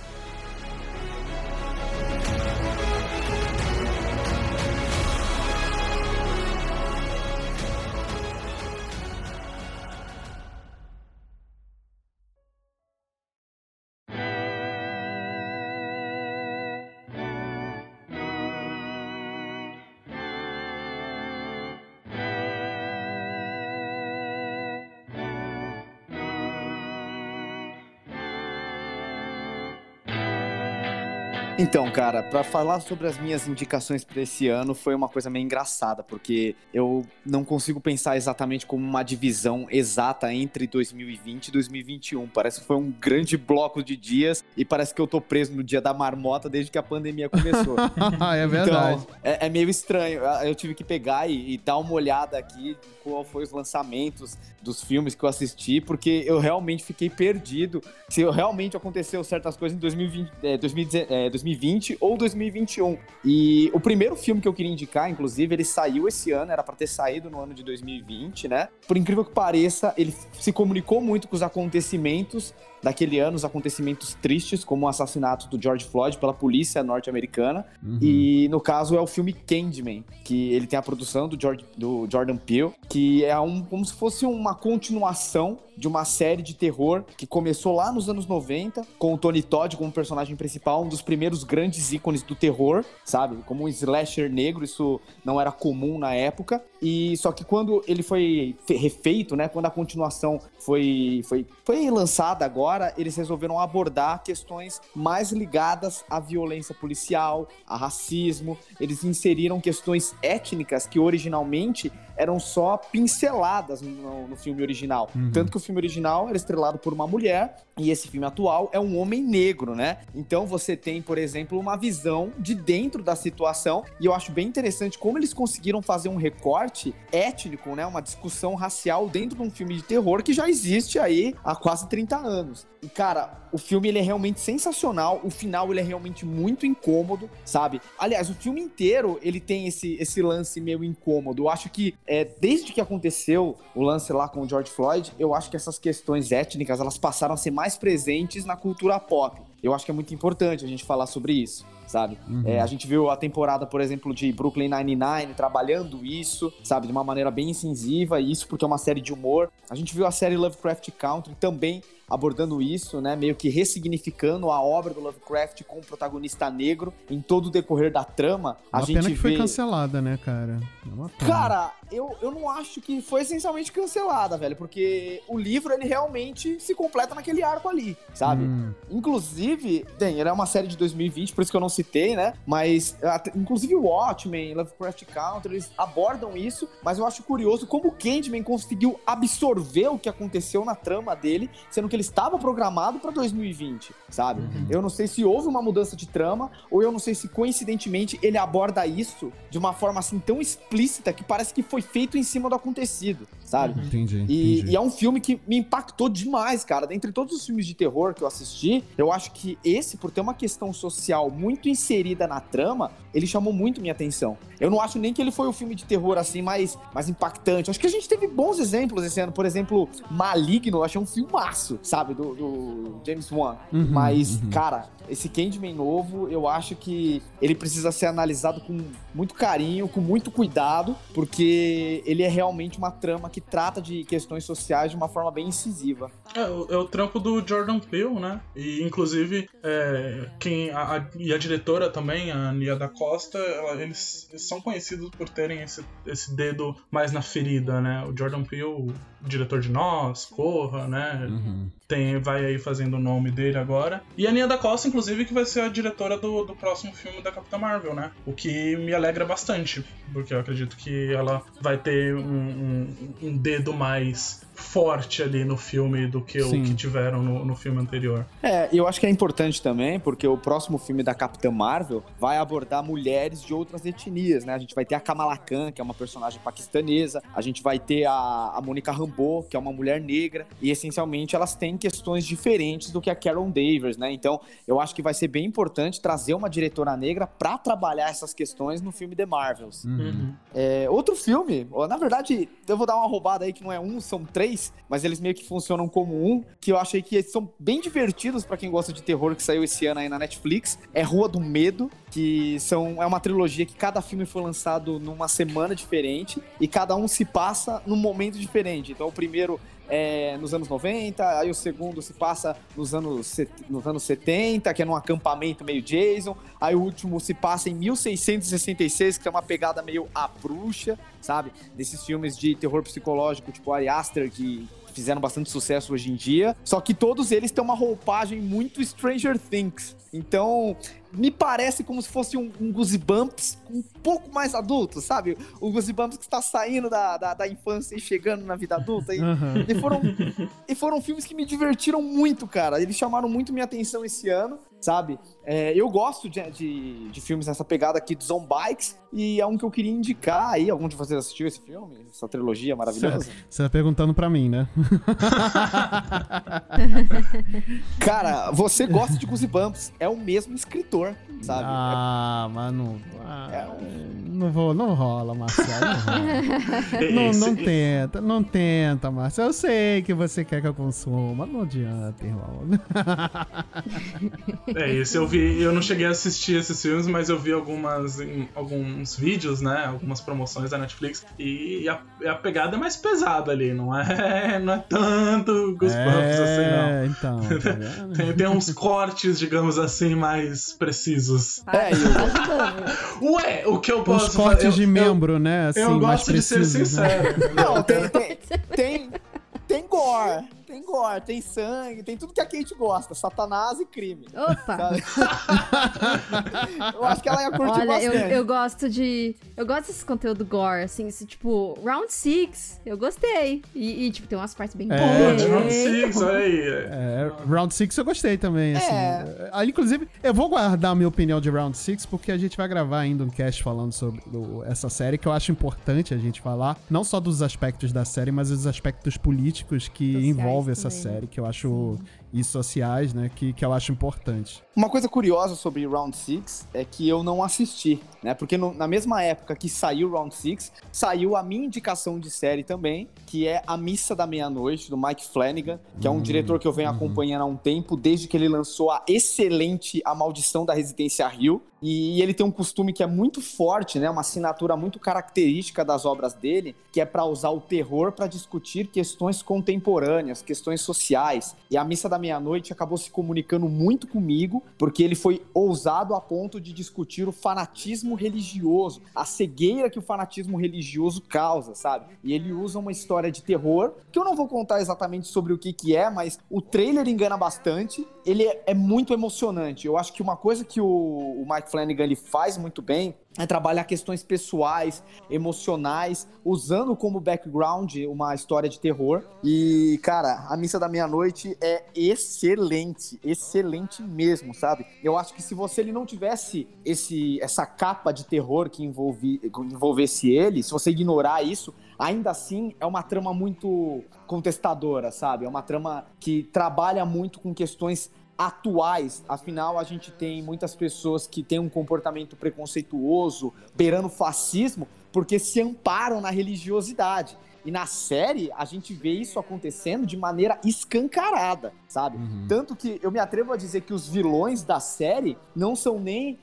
Então, cara, pra falar sobre as minhas indicações pra esse ano foi uma coisa meio engraçada, porque eu não consigo pensar exatamente como uma divisão exata entre 2020 e 2021. Parece que foi um grande bloco de dias e parece que eu tô preso no dia da marmota desde que a pandemia começou. É verdade. Então, é meio estranho. Eu tive que pegar e dar uma olhada aqui qual foi os lançamentos dos filmes que eu assisti, porque eu realmente fiquei perdido se realmente aconteceu certas coisas em 2020 ou 2021. E o primeiro filme que eu queria indicar, inclusive, ele saiu esse ano, era pra ter saído no ano de 2020, né? Por incrível que pareça, ele se comunicou muito com os acontecimentos daquele ano, os acontecimentos tristes, como o assassinato do George Floyd pela polícia norte-americana. Uhum. E, no caso, é o filme Candyman, que ele tem a produção do Jordan Peele, que é como se fosse uma continuação de uma série de terror que começou lá nos anos 90, com o Tony Todd como personagem principal, um dos primeiros grandes ícones do terror, sabe? Como um slasher negro, isso não era comum na época. E só que quando ele foi refeito, né? Quando a continuação foi lançada agora, agora eles resolveram abordar questões mais ligadas à violência policial, a racismo. Eles inseriram questões étnicas que originalmente eram só pinceladas no filme original. Tanto que o filme original era estrelado por uma mulher e esse filme atual é um homem negro, né? Então você tem, por exemplo, uma visão de dentro da situação e eu acho bem interessante como eles conseguiram fazer um recorte étnico, né? Uma discussão racial dentro de um filme de terror que já existe aí há quase 30 anos. E, cara, o filme ele é realmente sensacional, o final ele é realmente muito incômodo, sabe? Aliás, o filme inteiro ele tem esse lance meio incômodo. Eu acho que desde que aconteceu o lance lá com o George Floyd, eu acho que essas questões étnicas elas passaram a ser mais presentes na cultura pop. Eu acho que é muito importante a gente falar sobre isso, sabe? A gente viu a temporada, por exemplo, de Brooklyn Nine-Nine trabalhando isso, sabe? De uma maneira bem incisiva, e isso porque é uma série de humor. A gente viu a série Lovecraft Country também abordando isso, né? Meio que ressignificando a obra do Lovecraft com o protagonista negro em todo o decorrer da trama. Uma pena que foi cancelada, né, cara? Cara, eu não acho que foi essencialmente cancelada, velho, porque o livro, ele realmente se completa naquele arco ali, sabe? Inclusive, bem, ele é uma série de 2020, por isso que eu não citei, né? Mas, inclusive o Watchmen, Lovecraft Country, eles abordam isso, mas eu acho curioso como o Candyman conseguiu absorver o que aconteceu na trama dele, sendo que ele estava programado pra 2020, sabe? Eu não sei se houve uma mudança de trama, ou eu não sei se, coincidentemente, ele aborda isso de uma forma, assim, tão explícita que parece que foi feito em cima do acontecido, sabe? Entendi. E é um filme que me impactou demais, cara. Dentre todos os filmes de terror que eu assisti, eu acho que esse, por ter uma questão social muito inserida na trama, ele chamou muito minha atenção. Eu não acho nem que ele foi o filme de terror, assim, mais impactante. Acho que a gente teve bons exemplos esse ano. Por exemplo, Maligno, eu achei um filmaço, sabe? Do James Wan. Mas, cara, esse Candyman novo, eu acho que ele precisa ser analisado com muito carinho, com muito cuidado, porque ele é realmente uma trama que trata de questões sociais de uma forma bem incisiva. É o trampo do Jordan Peele, né? E, inclusive, a diretora também, a Nia da Costa, eles são conhecidos por terem esse dedo mais na ferida, né? O Jordan Peele, o diretor de Nós, Corra, né? Vai aí fazendo o nome dele agora. E a Nia da Costa, inclusive, que vai ser a diretora do próximo filme da Capitã Marvel, né? O que me alegra bastante, porque eu acredito que ela vai ter um dedo mais forte ali no filme do que o que tiveram no filme anterior. Eu acho que é importante também, porque o próximo filme da Capitã Marvel vai abordar mulheres de outras etnias, né? A gente vai ter a Kamala Khan, que é uma personagem paquistanesa, a gente vai ter a Monica Rambeau, que é uma mulher negra, e essencialmente elas têm questões diferentes do que a Carol Danvers, né? Então, eu acho que vai ser bem importante trazer uma diretora negra pra trabalhar essas questões no filme The Marvels. Outro filme, na verdade, eu vou dar uma roubada aí que não é um, são 3, mas eles meio que funcionam como um, que eu achei que são bem divertidos pra quem gosta de terror, que saiu esse ano aí na Netflix. É Rua do Medo, que é uma trilogia que cada filme foi lançado numa semana diferente e cada um se passa num momento diferente. Então o primeiro é nos anos 90, aí o segundo se passa nos anos 70, que é num acampamento meio Jason, aí o último se passa em 1666, que é uma pegada meio A Bruxa, sabe? Desses filmes de terror psicológico, tipo Ari Aster, que fizeram bastante sucesso hoje em dia, só que todos eles têm uma roupagem muito Stranger Things. Então, me parece como se fosse um Goosebumps um pouco mais adulto, sabe? O Goosebumps que está saindo da infância e chegando na vida adulta. E foram filmes que me divertiram muito, cara. Eles chamaram muito minha atenção esse ano, sabe? Eu gosto de filmes nessa pegada aqui dos Zombies, e é um que eu queria indicar aí. Algum de vocês assistiu esse filme? Essa trilogia maravilhosa? Você tá perguntando pra mim, né? Cara, você gosta de Goosebumps, é o mesmo escritor, sabe? Mano. Não rola, Marcelo. Não tenta, Marcelo. Eu sei que você quer que eu consuma, não adianta, irmão. Eu não cheguei a assistir esses filmes, mas eu vi alguns vídeos, né? Algumas promoções da Netflix, e a pegada é mais pesada ali, não é tanto Goosebumps assim, não. Então, tá vendo? tem uns cortes, digamos assim, mais precisos. Ué, o que eu posso fazer? Os cortes de membro, né? Assim, eu gosto mais de ser sincero. Não, tem gore. Tem gore, tem sangue, tem tudo que a Kate gosta. Satanás e crime. Opa! Eu acho que ela ia curtir bastante. Eu gosto desse conteúdo gore, assim, tipo, Round 6, eu gostei. E tipo, tem umas partes bem boas. Round 6, olha aí. Round 6 eu gostei também, assim. Inclusive, eu vou guardar a minha opinião de Round 6, porque a gente vai gravar ainda um cast falando sobre essa série, que eu acho importante a gente falar, não só dos aspectos da série, mas dos aspectos políticos que envolvem essa série, que eu acho... e sociais, né, que eu acho importante. Uma coisa curiosa sobre Round 6 é que eu não assisti, né, porque na mesma época que saiu Round 6, saiu a minha indicação de série também, que é A Missa da Meia-Noite, do Mike Flanagan, que é um diretor que eu venho acompanhando há um tempo, desde que ele lançou a excelente A Maldição da Residência Hill, e ele tem um costume que é muito forte, né, uma assinatura muito característica das obras dele, que é para usar o terror para discutir questões contemporâneas, questões sociais, e A Missa da Meia-Noite acabou se comunicando muito comigo, porque ele foi ousado a ponto de discutir o fanatismo religioso, a cegueira que o fanatismo religioso causa, sabe? E ele usa uma história de terror, que eu não vou contar exatamente sobre o que é, mas o trailer engana bastante, ele é muito emocionante. Eu acho que uma coisa que o Mike Flanagan ele faz muito bem é trabalhar questões pessoais, emocionais, usando como background uma história de terror. E, cara, A Missa da Meia-Noite é excelente, excelente mesmo, sabe? Eu acho que se ele não tivesse essa capa de terror que envolvesse ele, se você ignorar isso, ainda assim é uma trama muito contestadora, sabe? É uma trama que trabalha muito com questões atuais, afinal a gente tem muitas pessoas que têm um comportamento preconceituoso, beirando fascismo, porque se amparam na religiosidade. E na série, a gente vê isso acontecendo de maneira escancarada, sabe? Tanto que eu me atrevo a dizer que os vilões da série não são nem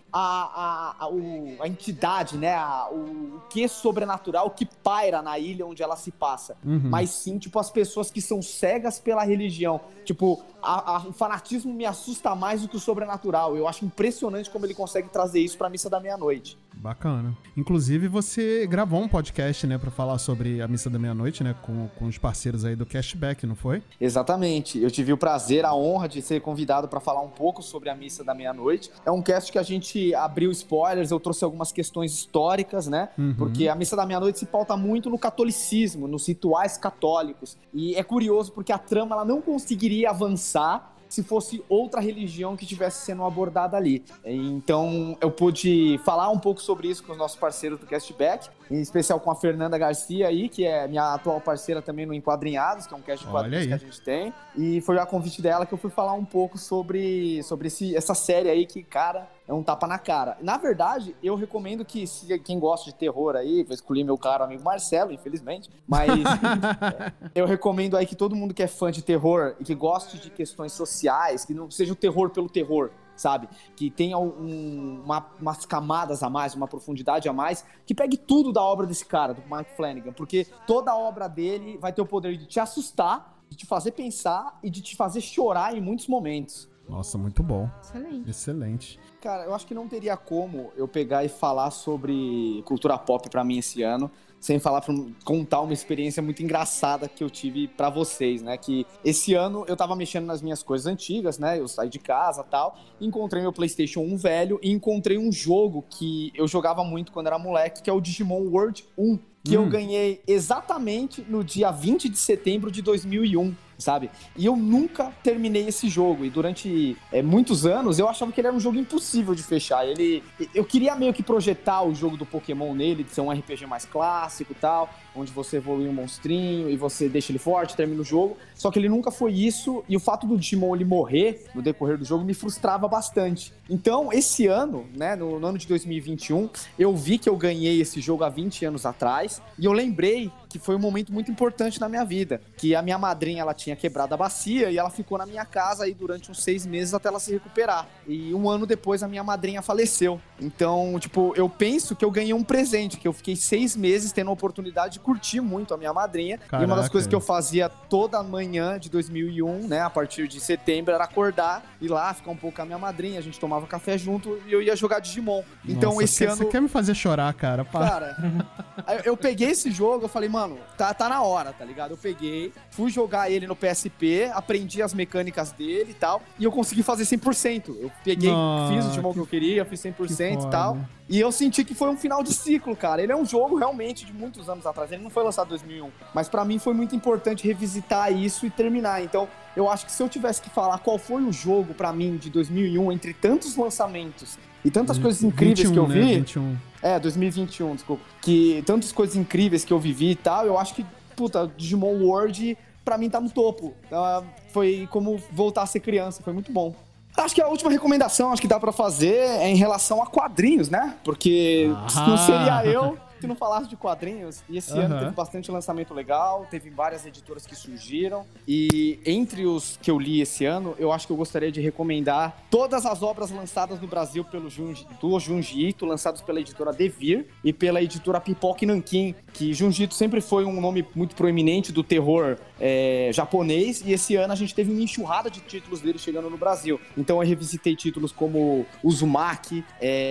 a entidade, né? O que sobrenatural que paira na ilha onde ela se passa. Mas sim, tipo, as pessoas que são cegas pela religião. Tipo, o fanatismo me assusta mais do que o sobrenatural. Eu acho impressionante como ele consegue trazer isso pra Missa da Meia-Noite. Bacana. Inclusive, você gravou um podcast, né, pra falar sobre A Missa da Meia-Noite, né, com os parceiros aí do Cashback, não foi? Exatamente. Eu tive o prazer, a honra de ser convidado pra falar um pouco sobre A Missa da Meia-Noite. É um cast que a gente abriu spoilers, eu trouxe algumas questões históricas, né, porque A Missa da Meia-Noite se pauta muito no catolicismo, nos rituais católicos. E é curioso porque a trama ela não conseguiria avançar se fosse outra religião que estivesse sendo abordada ali. Então, eu pude falar um pouco sobre isso com os nossos parceiros do Castback, em especial com a Fernanda Garcia aí, que é minha atual parceira também no Enquadrinhados, que é um cast de quadrinhos que a gente tem. E foi a convite dela que eu fui falar um pouco sobre essa série aí que, cara, é um tapa na cara. Na verdade, eu recomendo que quem gosta de terror aí, vou escolher meu caro amigo Marcelo, infelizmente, mas eu recomendo aí que todo mundo que é fã de terror e que goste de questões sociais, que não seja o terror pelo terror, sabe? Que tenha umas camadas a mais, uma profundidade a mais, que pegue tudo da obra desse cara, do Mike Flanagan, porque toda a obra dele vai ter o poder de te assustar, de te fazer pensar e de te fazer chorar em muitos momentos. Nossa, muito bom. Excelente. Cara, eu acho que não teria como eu pegar e falar sobre cultura pop pra mim esse ano, sem contar uma experiência muito engraçada que eu tive pra vocês, né? Que esse ano eu tava mexendo nas minhas coisas antigas, né? Eu saí de casa e tal, encontrei meu PlayStation 1 velho e encontrei um jogo que eu jogava muito quando era moleque, que é o Digimon World 1, que eu ganhei exatamente no dia 20 de setembro de 2001, sabe? E eu nunca terminei esse jogo, e durante muitos anos eu achava que ele era um jogo impossível de fechar. Eu queria meio que projetar o jogo do Pokémon nele, de ser um RPG mais clássico e tal, onde você evolui um monstrinho e você deixa ele forte, termina o jogo, só que ele nunca foi isso, e o fato do Digimon ele morrer no decorrer do jogo me frustrava bastante. Então, esse ano, né, no ano de 2021, eu vi que eu ganhei esse jogo há 20 anos atrás, e eu lembrei que foi um momento muito importante na minha vida, que a minha madrinha, ela tinha quebrado a bacia e ela ficou na minha casa aí durante uns 6 meses até ela se recuperar. E 1 ano depois a minha madrinha faleceu. Então, tipo, eu penso que eu ganhei um presente, que eu fiquei 6 meses tendo a oportunidade de curtir muito a minha madrinha. Caraca. E uma das coisas que eu fazia toda manhã de 2001, né, a partir de setembro, era acordar, ir lá, ficar um pouco com a minha madrinha, a gente tomava café junto e eu ia jogar Digimon. Então, Nossa, esse ano... Você quer me fazer chorar, cara? Cara, eu peguei esse jogo, eu falei, mano, tá na hora, tá ligado? Eu peguei, fui jogar ele no PSP, aprendi as mecânicas dele e tal, e eu consegui fazer 100%. Eu peguei, fiz o Digimon que eu queria, fiz 100% e tal. E eu senti que foi um final de ciclo, cara. Ele é um jogo realmente de muitos anos atrás. Ele não foi lançado em 2001. Mas pra mim foi muito importante revisitar isso e terminar. Então, eu acho que se eu tivesse que falar qual foi o jogo pra mim de 2001, entre tantos lançamentos e tantas coisas incríveis 21, que eu vi... Né? 21. 2021, desculpa. Que tantas coisas incríveis que eu vivi e tal, eu acho que, Digimon World, pra mim, tá no topo. Foi como voltar a ser criança, foi muito bom. Acho que a última recomendação que dá pra fazer é em relação a quadrinhos, né? Porque não seria eu se não falasse de quadrinhos. E esse ano teve bastante lançamento legal, teve várias editoras que surgiram. E entre os que eu li esse ano, eu acho que eu gostaria de recomendar todas as obras lançadas no Brasil do Junji Ito, lançados pela editora Devir e pela editora Pipoca e Nankin, que Junji Ito sempre foi um nome muito proeminente do terror japonês, e esse ano a gente teve uma enxurrada de títulos dele chegando no Brasil. Então eu revisitei títulos como Uzumaki,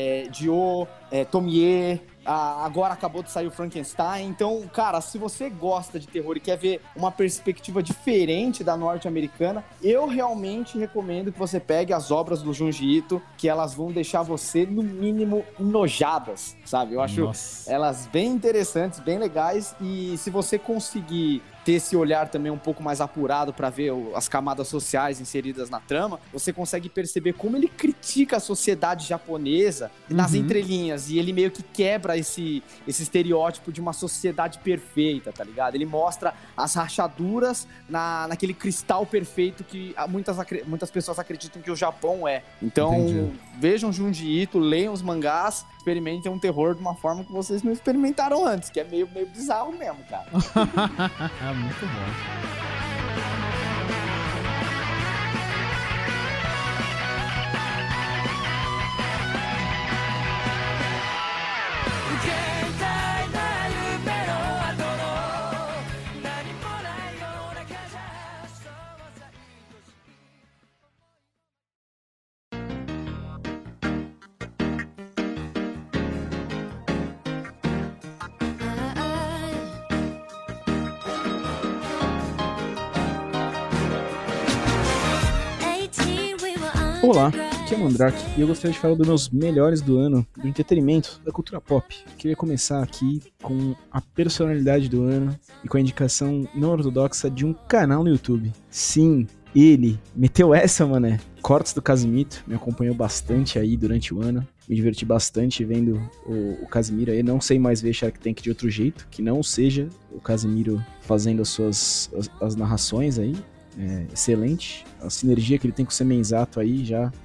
Dio, Tomie, agora acabou de sair o Frankenstein. Então, cara, se você gosta de terror e quer ver uma perspectiva diferente da norte-americana, eu realmente recomendo que você pegue as obras do Junji Ito, que elas vão deixar você, no mínimo, enojadas, sabe? Eu acho elas bem interessantes, bem legais, e se você conseguir ter esse olhar também um pouco mais apurado para ver as camadas sociais inseridas na trama, você consegue perceber como ele critica a sociedade japonesa nas entrelinhas, e ele meio que quebra esse estereótipo de uma sociedade perfeita, tá ligado? Ele mostra as rachaduras naquele cristal perfeito que muitas pessoas acreditam que o Japão é. Então, vejam Junji Ito, leiam os mangás, experimentem um terror de uma forma que vocês não experimentaram antes, que é meio bizarro mesmo, cara. Muito bom. Olá, aqui é o Mandrake e eu gostaria de falar dos meus melhores do ano, do entretenimento, da cultura pop. Queria começar aqui com a personalidade do ano e com a indicação não ortodoxa de um canal no YouTube. Sim, ele meteu essa, mané. Cortes do Casimito, me acompanhou bastante aí durante o ano. Me diverti bastante vendo o Casimiro aí. Não sei mais ver Shark Tank de outro jeito, que não seja o Casimiro fazendo as narrações aí. Excelente. A sinergia que ele tem com o Semenzato aí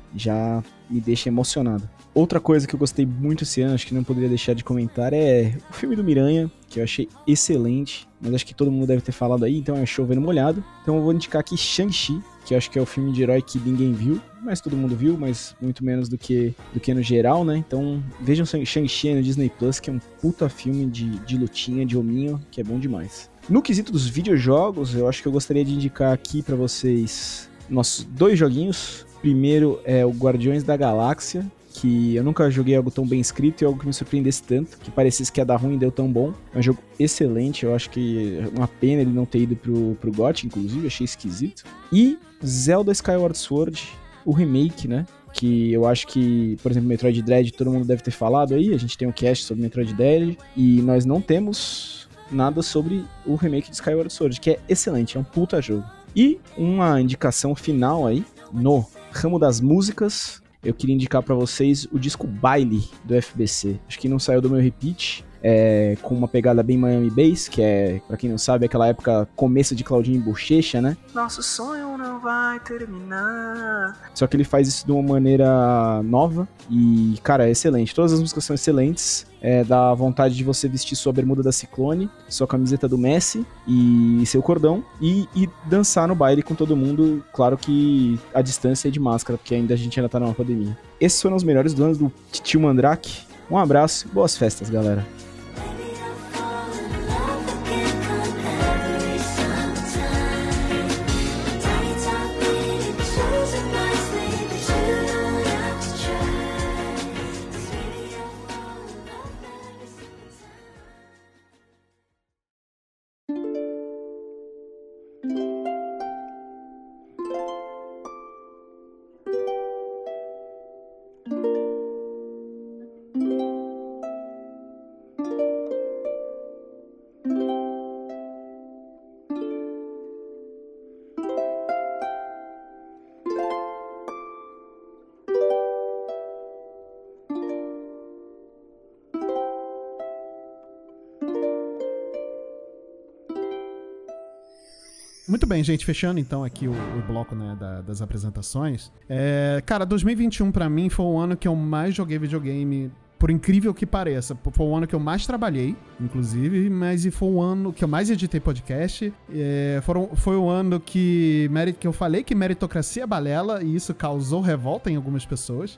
já me deixa emocionado. Outra coisa que eu gostei muito esse ano, acho que não poderia deixar de comentar, é o filme do Miranha, que eu achei excelente, mas acho que todo mundo deve ter falado aí, então é chovendo molhado. Então eu vou indicar aqui Shang-Chi, que eu acho que é o filme de herói que ninguém viu, mas todo mundo viu, mas muito menos do que no geral, né? Então vejam Shang-Chi no Disney Plus, que é um puta filme de lutinha, de hominho, que é bom demais. No quesito dos videojogos, eu acho que eu gostaria de indicar aqui pra vocês nossos 2 joguinhos. Primeiro é o Guardiões da Galáxia, que eu nunca joguei algo tão bem escrito e algo que me surpreendesse tanto, que parecesse que ia dar ruim e deu tão bom. É um jogo excelente, eu acho que é uma pena ele não ter ido pro GOTY, inclusive, achei esquisito. E Zelda Skyward Sword, o remake, né? Que eu acho que, por exemplo, Metroid Dread, todo mundo deve ter falado aí, a gente tem um cast sobre Metroid Dread, e nós não temos nada sobre o remake de Skyward Sword, que é excelente, é um puta jogo. E uma indicação final aí, no ramo das músicas, eu queria indicar pra vocês o disco Baile do FBC. Acho que não saiu do meu repeat, com uma pegada bem Miami Bass, que é, pra quem não sabe, aquela época começo de Claudinho e Bochecha, né? Nosso sonho não vai terminar. Só que ele faz isso de uma maneira nova e, cara, é excelente. Todas as músicas são excelentes. Dá vontade de você vestir sua bermuda da Ciclone, sua camiseta do Messi e seu cordão e dançar no baile com todo mundo. Claro que a distância é de máscara, porque a gente ainda tá numa pandemia. Esses foram os melhores do ano do Tio Mandrake. Um abraço e boas festas, galera. Muito bem, gente, fechando então aqui o bloco, né, das apresentações. Cara, 2021 pra mim foi o ano que eu mais joguei videogame, por incrível que pareça. Foi o ano que eu mais trabalhei, inclusive, mas foi o ano que eu mais editei podcast. Foi o ano que eu falei que meritocracia é balela, e isso causou revolta em algumas pessoas.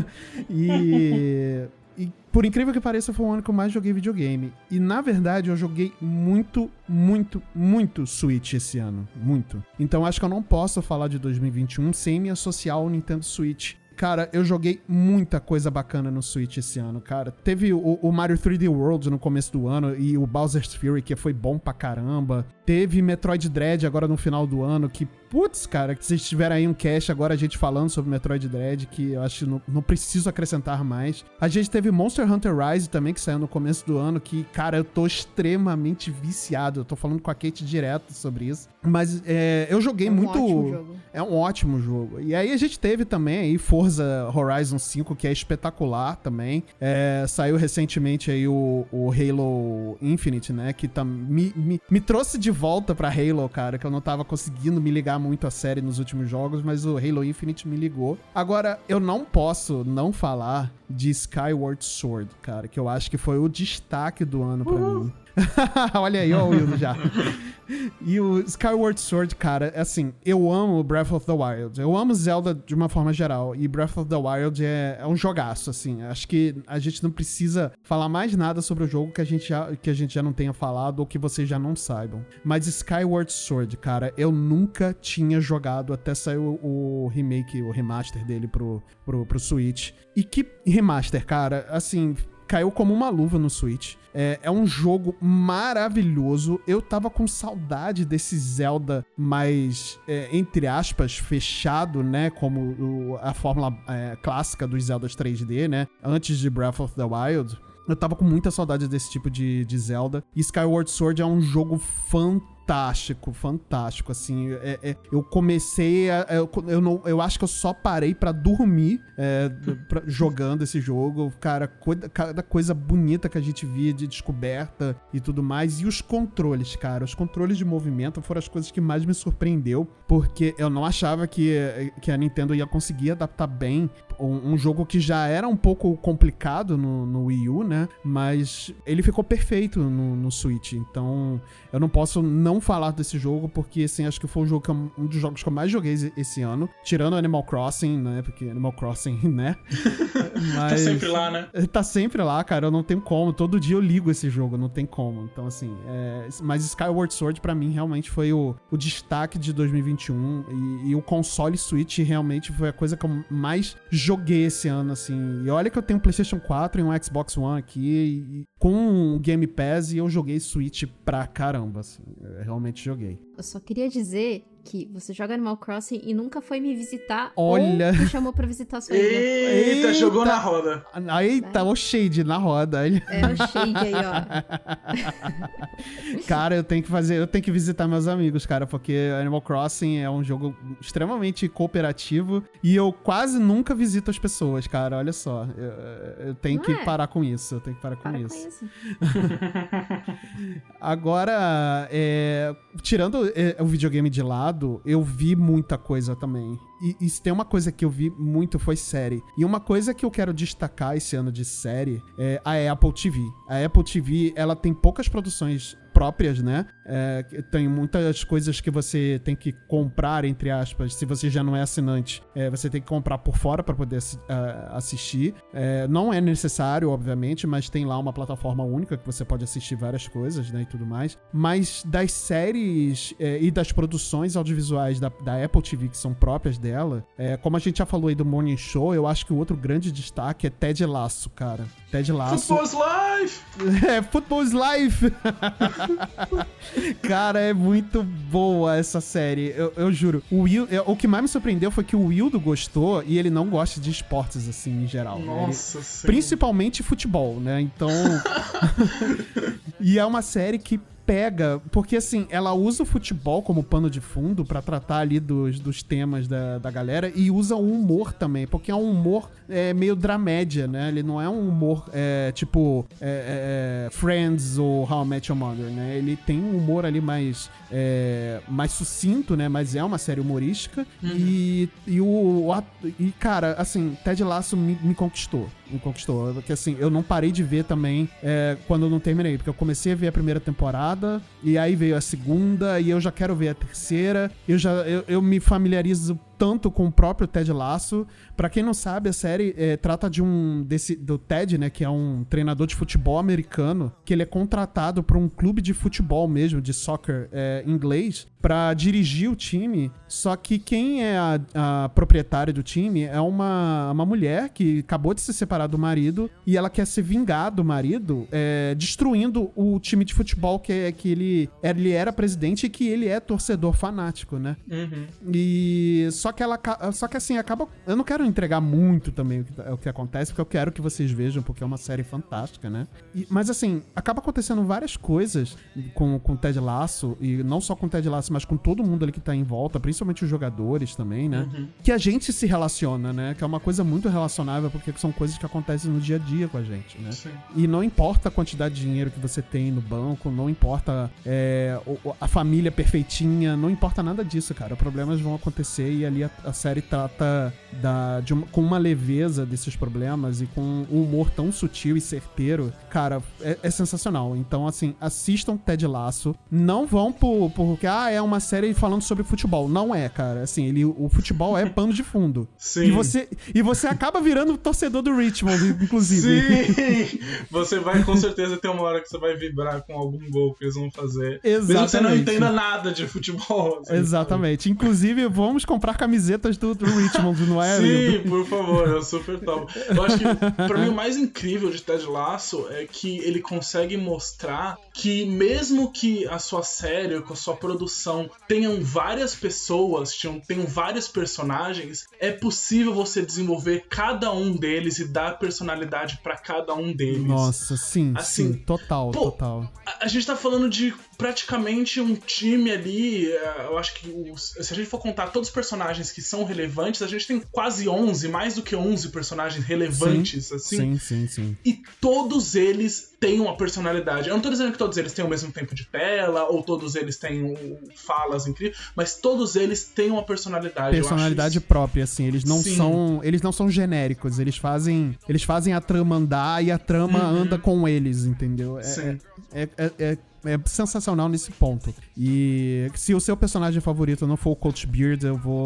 E por incrível que pareça, foi o ano que eu mais joguei videogame. E, na verdade, eu joguei muito, muito, muito Switch esse ano. Muito. Então, acho que eu não posso falar de 2021 sem me associar ao Nintendo Switch. Cara, eu joguei muita coisa bacana no Switch esse ano, cara. Teve o Mario 3D World no começo do ano e o Bowser's Fury, que foi bom pra caramba. Teve Metroid Dread agora no final do ano, que, putz, cara, se vocês tiverem aí um cast agora a gente falando sobre Metroid Dread, que eu acho que não preciso acrescentar mais. A gente teve Monster Hunter Rise também, que saiu no começo do ano, que, cara, eu tô extremamente viciado. Eu tô falando com a Kate direto sobre isso. Mas eu joguei muito... Ótimo jogo. É um ótimo jogo. E aí a gente teve também aí Forza Horizon 5, que é espetacular também. Saiu recentemente aí o Halo Infinite, né? Que me trouxe de volta pra Halo, cara, que eu não tava conseguindo me ligar muito a série nos últimos jogos, mas o Halo Infinite me ligou. Agora, eu não posso não falar de Skyward Sword, cara, que eu acho que foi o destaque do ano pra mim. Olha aí, ó o Wildo já. E o Skyward Sword, cara, assim, eu amo Breath of the Wild. Eu amo Zelda de uma forma geral. E Breath of the Wild é um jogaço, assim. Acho que a gente não precisa falar mais nada sobre o jogo que a gente já não tenha falado ou que vocês já não saibam. Mas Skyward Sword, cara, eu nunca tinha jogado até sair o remake, o remaster dele pro Switch. E que remaster, cara, assim... Caiu como uma luva no Switch. É um jogo maravilhoso. Eu tava com saudade desse Zelda mais, entre aspas, fechado, né? Como a fórmula clássica dos Zeldas 3D, né? Antes de Breath of the Wild. Eu tava com muita saudade desse tipo de Zelda. E Skyward Sword é um jogo fantástico, assim. Eu comecei eu acho que eu só parei pra dormir jogando esse jogo. Cara, cada coisa bonita que a gente via de descoberta e tudo mais. E os controles, cara. Os controles de movimento foram as coisas que mais me surpreendeu, porque eu não achava que a Nintendo ia conseguir adaptar bem um jogo que já era um pouco complicado no Wii U, né? Mas ele ficou perfeito no Switch. Então, eu não posso não falar desse jogo, porque, assim, acho que foi um dos jogos que eu mais joguei esse ano. Tirando Animal Crossing, né? Porque Animal Crossing, né? Mas, tá sempre lá, né? Tá sempre lá, cara. Eu não tenho como. Todo dia eu ligo esse jogo, não tem como. Então, assim, mas Skyward Sword, pra mim, realmente foi o destaque de 2021. E o console Switch realmente foi a coisa que eu mais joguei esse ano, assim. E olha que eu tenho um PlayStation 4 e um Xbox One aqui, com um Game Pass, e eu joguei Switch pra caramba, assim. Eu realmente joguei. Eu só queria dizer que você joga Animal Crossing e nunca foi me visitar. Olha. Ou me chamou pra visitar a sua ilha. Eita, jogou na roda. Eita, o Shade na roda. É o Shade aí, ó. Cara, eu tenho que visitar meus amigos, cara, porque Animal Crossing é um jogo extremamente cooperativo e eu quase nunca visito as pessoas, cara. Olha só. Eu tenho que parar com isso. Eu tenho que parar com isso. Agora, tirando o videogame de lado, eu vi muita coisa também. E se tem uma coisa que eu vi muito, foi série. E uma coisa que eu quero destacar esse ano de série é a Apple TV. A Apple TV, ela tem poucas produções próprias, né? Tem muitas coisas que você tem que comprar, entre aspas, se você já não é assinante. Você tem que comprar por fora para poder assistir. Não é necessário, obviamente, mas tem lá uma plataforma única que você pode assistir várias coisas, né? E tudo mais. Mas das séries e das produções audiovisuais da Apple TV, que são próprias dela, como a gente já falou aí do Morning Show, eu acho que o outro grande destaque é Ted Lasso, cara. Ted Lasso... Football's Life! Football's Life! Cara, é muito boa essa série, eu juro. O que mais me surpreendeu foi que o Wildo gostou e ele não gosta de esportes, assim, em geral. Nossa, né? sim. Principalmente futebol, né? Então... E é uma série que pega, porque assim, ela usa o futebol como pano de fundo pra tratar ali dos temas da galera e usa o humor também, porque é um humor meio dramédia, né? Ele não é um humor tipo Friends ou How I Met Your Mother, né? Ele tem um humor ali mais sucinto, né? Mas é uma série humorística. E cara, assim, Ted Lasso me conquistou. Porque assim, eu não parei de ver também quando eu não terminei, porque eu comecei a ver a primeira temporada e aí veio a segunda e eu já quero ver a terceira. Eu me familiarizo tanto com o próprio Ted Lasso. Pra quem não sabe, a série trata do Ted, né, que é um treinador de futebol americano, que ele é contratado pra um clube de futebol mesmo, de soccer inglês, pra dirigir o time. Só que quem é a proprietária do time é uma mulher que acabou de se separar do marido e ela quer se vingar do marido, destruindo o time de futebol que ele era presidente e que ele é torcedor fanático, né? E só que assim, acaba... Eu não quero entregar muito também o que acontece, porque eu quero que vocês vejam, porque é uma série fantástica, né? Mas assim, acaba acontecendo várias coisas com o Ted Lasso, e não só com o Ted Lasso, mas com todo mundo ali que tá em volta, principalmente os jogadores também, né? Que a gente se relaciona, né? Que é uma coisa muito relacionável, porque são coisas que acontecem no dia a dia com a gente, né? Sim. E não importa a quantidade de dinheiro que você tem no banco, não importa a família perfeitinha, não importa nada disso, cara. Problemas vão acontecer e ali a série trata com uma leveza desses problemas e com um humor tão sutil e certeiro. Cara, é sensacional. Então, assim, assistam Ted Lasso. Não vão porque é uma série falando sobre futebol. Não é, cara. Assim, o futebol é pano de fundo. Sim. E você acaba virando torcedor do Richmond, inclusive. Sim! Você vai, com certeza, ter uma hora que você vai vibrar com algum gol que eles vão fazer. Exatamente. Mesmo que você não entenda nada de futebol. Assim, exatamente. Sabe? Inclusive, vamos comprar camisetas do Richmond, não é? Sim, por favor. Eu super topo. Eu acho que, pra mim, o mais incrível de Ted Lasso é que ele consegue mostrar que mesmo que a sua série, com a sua produção tenham várias pessoas, tenham vários personagens, é possível você desenvolver cada um deles e dar personalidade pra cada um deles. Nossa, sim, assim, sim, total. A gente tá falando de praticamente um time ali, eu acho que se a gente for contar todos os personagens que são relevantes, a gente tem quase 11, mais do que 11 personagens relevantes, sim, assim. Sim. E todos eles têm uma personalidade. Eu não tô dizendo que todos eles têm o mesmo tempo de tela, ou todos eles têm falas incríveis, mas todos eles têm uma personalidade. Personalidade própria, assim. Eles não são genéricos. Eles fazem a trama andar e a trama anda com eles, entendeu? É sensacional nesse ponto. E se o seu personagem favorito não for o Coach Beard,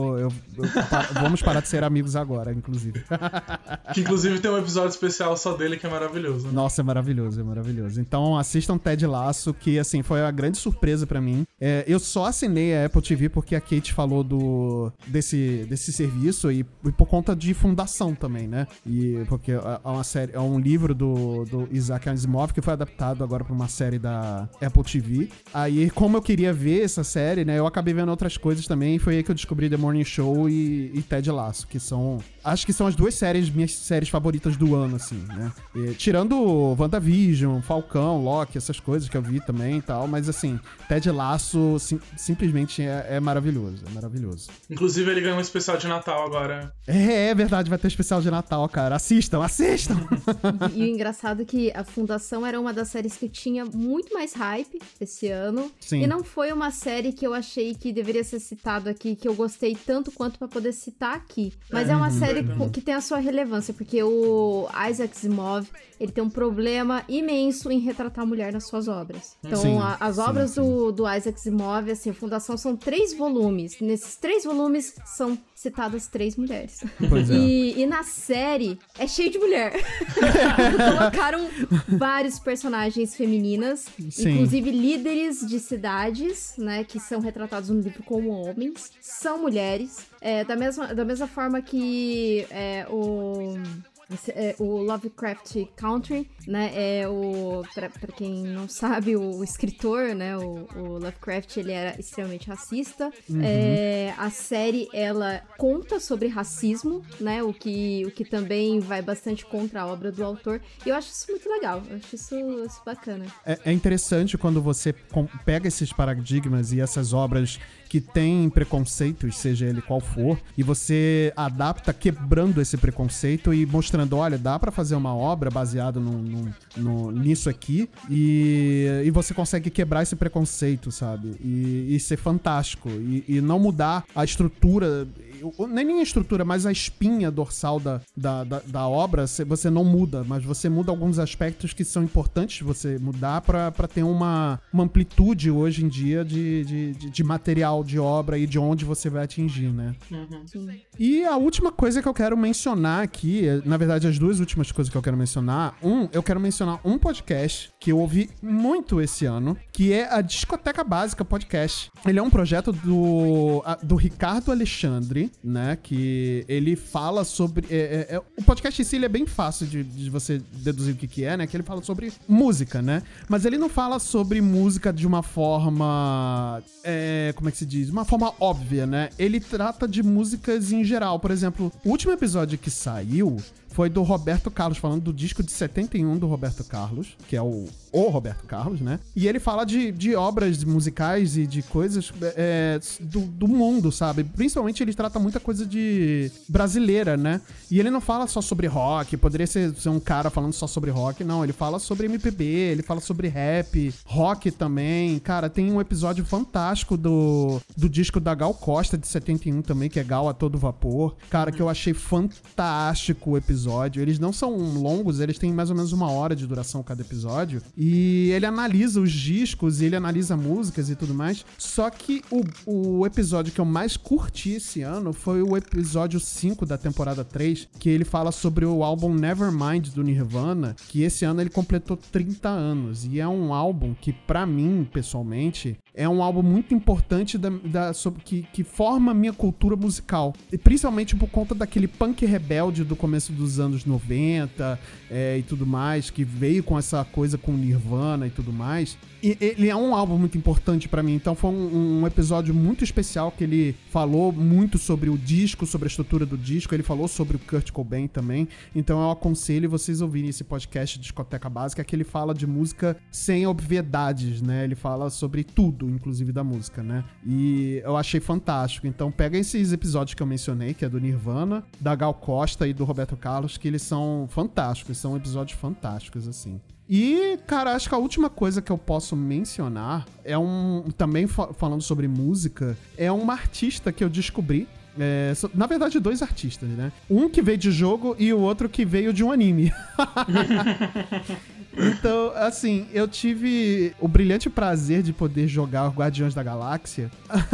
vamos parar de ser amigos agora, inclusive. Que inclusive tem um episódio especial só dele que é maravilhoso. Né? Nossa, é maravilhoso. Então assistam Ted Lasso, que assim, foi uma grande surpresa pra mim. Eu só assinei a Apple TV porque a Kate falou desse serviço e por conta de fundação também, né? E porque é um livro do Isaac Asimov que foi adaptado agora pra uma série da Apple TV. Aí, como eu queria ver essa série, né, eu acabei vendo outras coisas também, e foi aí que eu descobri The Morning Show e Ted Lasso, que acho que são as duas minhas séries favoritas do ano, assim, né? Tirando WandaVision, Falcão, Loki, essas coisas que eu vi também e tal, mas assim, Ted Lasso simplesmente é maravilhoso, Inclusive, ele ganhou um especial de Natal agora. É verdade, vai ter especial de Natal, cara. Assistam! E o engraçado é que a Fundação era uma das séries que tinha muito mais hype esse ano. Sim. E não foi uma série que eu achei que deveria ser citado aqui, que eu gostei tanto quanto pra poder citar aqui. Mas é uma série que tem a sua relevância, porque o Isaac Asimov, ele tem um problema imenso em retratar a mulher nas suas obras. Então, as obras do Isaac Asimov, assim, a Fundação são 3 volumes. Nesses 3 volumes são citadas 3 mulheres. Pois é. E na série é cheio de mulher. Colocaram vários personagens femininas, inclusive líderes de cidades, né, que são retratados no livro como homens, são mulheres. Da mesma forma que o Lovecraft Country, né? Pra quem não sabe, o escritor, né? O Lovecraft, ele era extremamente racista. A série, ela conta sobre racismo, né? O que também vai bastante contra a obra do autor. E eu acho isso muito legal. Eu acho isso bacana. É interessante quando você pega esses paradigmas e essas obras que têm preconceitos, seja ele qual for, e você adapta quebrando esse preconceito e mostrando, olha, dá pra fazer uma obra baseada nisso aqui e você consegue quebrar esse preconceito, sabe? E ser fantástico. E não mudar a estrutura, nem a estrutura, mas a espinha dorsal da obra, você não muda, mas você muda alguns aspectos que são importantes você mudar pra ter uma amplitude hoje em dia de material, de obra e de onde você vai atingir, né? E a última coisa que eu quero mencionar aqui, na verdade as duas últimas coisas que eu quero mencionar, eu quero mencionar um podcast que eu ouvi muito esse ano, que é a Discoteca Básica Podcast. Ele é um projeto do Ricardo Alexandre, né, que ele fala sobre... o podcast em si ele é bem fácil de você deduzir o que é, né, que ele fala sobre música, né, mas ele não fala sobre música de uma forma... como é que se diz? Uma forma óbvia, né, ele trata de músicas em geral. Por exemplo, o último episódio que saiu foi do Roberto Carlos, falando do disco de 71 do Roberto Carlos, que é o Roberto Carlos, né? E ele fala de obras musicais e de coisas do mundo, sabe? Principalmente ele trata muita coisa de brasileira, né? E ele não fala só sobre rock, poderia ser um cara falando só sobre rock, não. Ele fala sobre MPB, ele fala sobre rap, rock também. Cara, tem um episódio fantástico do disco da Gal Costa, de 71 também, que é Gal a Todo Vapor. Cara, que eu achei fantástico o episódio. Eles não são longos, eles têm mais ou menos 1 hora de duração cada episódio. E ele analisa os discos, e ele analisa músicas e tudo mais. Só que o episódio que eu mais curti esse ano foi o episódio 5 da temporada 3, que ele fala sobre o álbum Nevermind do Nirvana, que esse ano ele completou 30 anos. E é um álbum que, pra mim, pessoalmente, é um álbum muito importante que forma a minha cultura musical. E principalmente por conta daquele punk rebelde do começo dos anos 90 e tudo mais, que veio com essa coisa com Nirvana e tudo mais. E ele é um álbum muito importante pra mim. Então foi um episódio muito especial que ele falou muito sobre o disco, sobre a estrutura do disco. Ele falou sobre o Kurt Cobain também. Então eu aconselho vocês ouvirem esse podcast de Discoteca Básica, que ele fala de música sem obviedades, né? Ele fala sobre tudo, inclusive da música, né? E eu achei fantástico. Então pega esses episódios que eu mencionei, que é do Nirvana, da Gal Costa e do Roberto Carlos, que eles são fantásticos, são episódios fantásticos, assim. E, cara, acho que a última coisa que eu posso mencionar é também falando sobre música, é uma artista que eu descobri. Na verdade, 2 artistas, né? Um que veio de jogo e o outro que veio de um anime. Então, assim, eu tive o brilhante prazer de poder jogar Guardiões da Galáxia.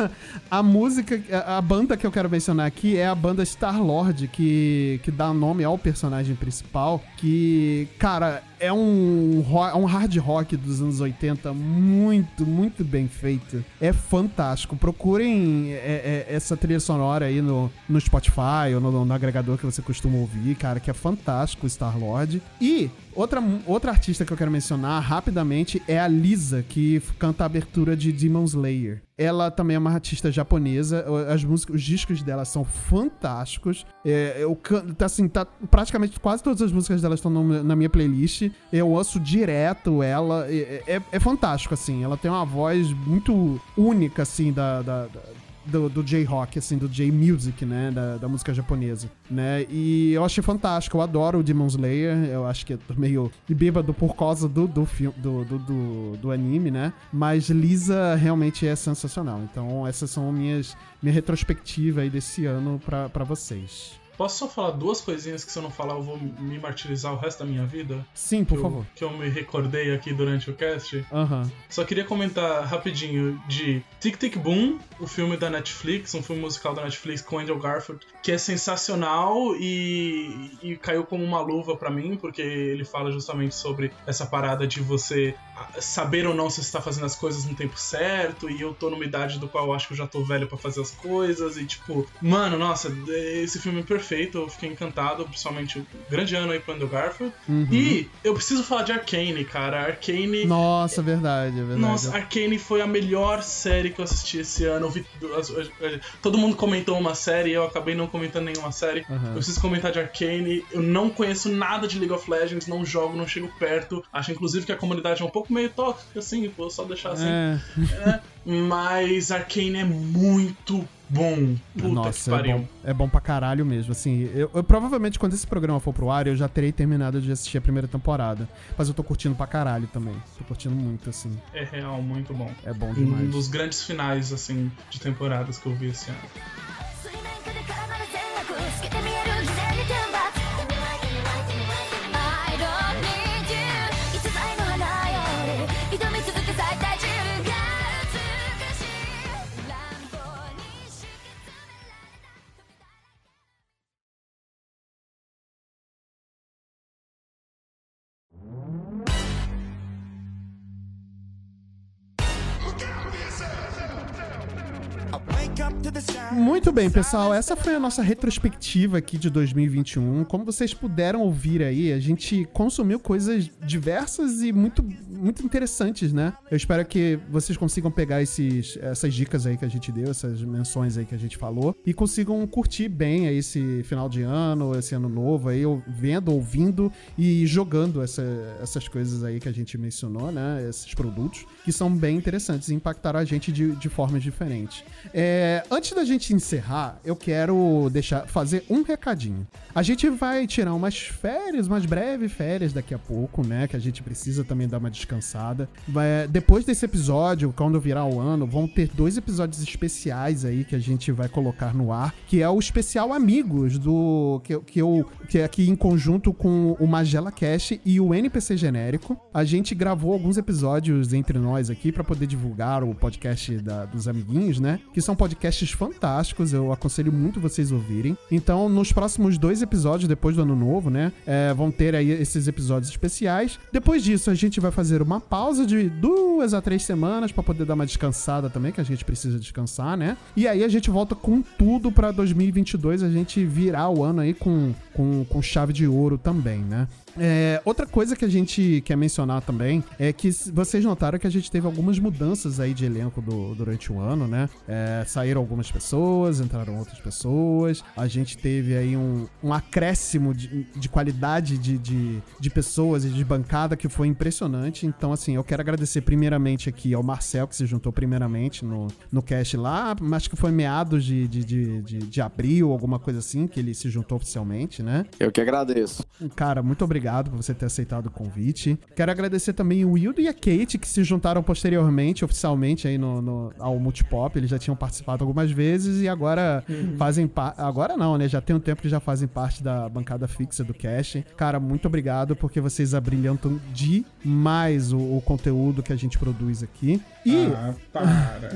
A banda que eu quero mencionar aqui é a banda Star-Lord, que dá nome ao personagem principal, que, cara, é um hard rock dos anos 80 muito, muito bem feito. É fantástico. Procurem essa trilha sonora aí no Spotify ou no agregador que você costuma ouvir, cara, que é fantástico o Star-Lord. E outra artista que eu quero mencionar rapidamente é a Lisa, que canta a abertura de Demon Slayer. Ela também é uma artista japonesa. Os discos dela são fantásticos. Praticamente quase todas as músicas dela estão na minha playlist. Eu ouço direto ela. É fantástico, assim. Ela tem uma voz muito única, assim, do J-Rock, assim, do J-Music, né, da música japonesa, né, e eu achei fantástico, eu adoro o Demon Slayer, eu acho que eu tô meio bêbado por causa do filme, do anime, né, mas Lisa realmente é sensacional. Então essas são minha retrospectiva aí desse ano pra vocês. Posso só falar 2 coisinhas que se eu não falar eu vou me martirizar o resto da minha vida? Sim, por favor. Que eu me recordei aqui durante o cast. Uhum. Só queria comentar rapidinho de Tic Tic Boom, o filme da Netflix, um filme musical da Netflix com Andrew Garfield, que é sensacional e caiu como uma luva pra mim, porque ele fala justamente sobre essa parada de você saber ou não se você tá fazendo as coisas no tempo certo, e eu tô numa idade do qual eu acho que eu já tô velho pra fazer as coisas, e tipo, mano, nossa, esse filme é perfeito. perfeito, eu fiquei encantado, principalmente o grande ano aí pro Andrew Garfield. E eu preciso falar de Arcane, cara. Arcane... Nossa, verdade. Nossa, Arcane foi a melhor série que eu assisti esse ano. Eu vi... Todo mundo comentou uma série, eu acabei não comentando nenhuma série. Eu preciso comentar de Arcane. Eu não conheço nada de League of Legends, não jogo, não chego perto. Acho, inclusive, que a comunidade é um pouco meio tóxica, assim, vou só deixar assim. Mas Arcane é muito bom. Puta, nossa, que pariu. É bom pra caralho mesmo, assim. Eu provavelmente, quando esse programa for pro ar, eu já terei terminado de assistir a primeira temporada. Mas eu tô curtindo pra caralho também. Tô curtindo muito, assim. É real, muito bom. É bom demais. Um dos grandes finais, assim, de temporadas que eu vi esse ano. Muito bem, pessoal, essa foi a nossa retrospectiva aqui de 2021. Como vocês puderam ouvir aí, a gente consumiu coisas diversas e muito interessantes, né? Eu espero que vocês consigam pegar essas dicas aí que a gente deu, essas menções aí que a gente falou, e consigam curtir bem aí esse final de ano, esse ano novo aí, vendo, ouvindo e jogando essas coisas aí que a gente mencionou, né? Esses produtos, que são bem interessantes e impactaram a gente de formas diferentes. Antes da gente encerrar, eu quero fazer um recadinho. A gente vai tirar umas breves férias daqui a pouco, né? Que a gente precisa também dar uma descansada. Depois desse episódio, quando virar o ano, vão ter 2 episódios especiais aí que a gente vai colocar no ar, que é o especial Amigos, que é aqui em conjunto com o Magela Cast e o NPC Genérico. A gente gravou alguns episódios entre nós aqui pra poder divulgar o podcast dos amiguinhos, né? Que são podcasts fantásticos, eu aconselho muito vocês ouvirem. Então, nos próximos 2 episódios, depois do ano novo, né? Vão ter aí esses episódios especiais. Depois disso, a gente vai fazer uma pausa de 2 a 3 semanas pra poder dar uma descansada também, que a gente precisa descansar, né? E aí a gente volta com tudo pra 2022, a gente virar o ano aí com chave de ouro também, né? Outra coisa que a gente quer mencionar também é que vocês notaram que a gente teve algumas mudanças aí de elenco durante o ano, né? Saíram algumas pessoas, entraram outras pessoas, a gente teve aí um acréscimo de qualidade de pessoas e de bancada que foi impressionante. Então, assim, eu quero agradecer primeiramente aqui ao Marcel, que se juntou primeiramente no cast lá, acho que foi meados de abril, alguma coisa assim, que ele se juntou oficialmente, né? Eu que agradeço. Cara, muito obrigado por você ter aceitado o convite. Quero agradecer também o Wildo e a Kate, que se juntaram posteriormente, oficialmente, aí ao Multipop. Eles já tinham participado algumas vezes e agora fazem parte... Agora não, né? Já tem um tempo que já fazem parte da bancada fixa do Cast. Cara, muito obrigado, porque vocês abrilhantam demais o conteúdo que a gente produz aqui. Para!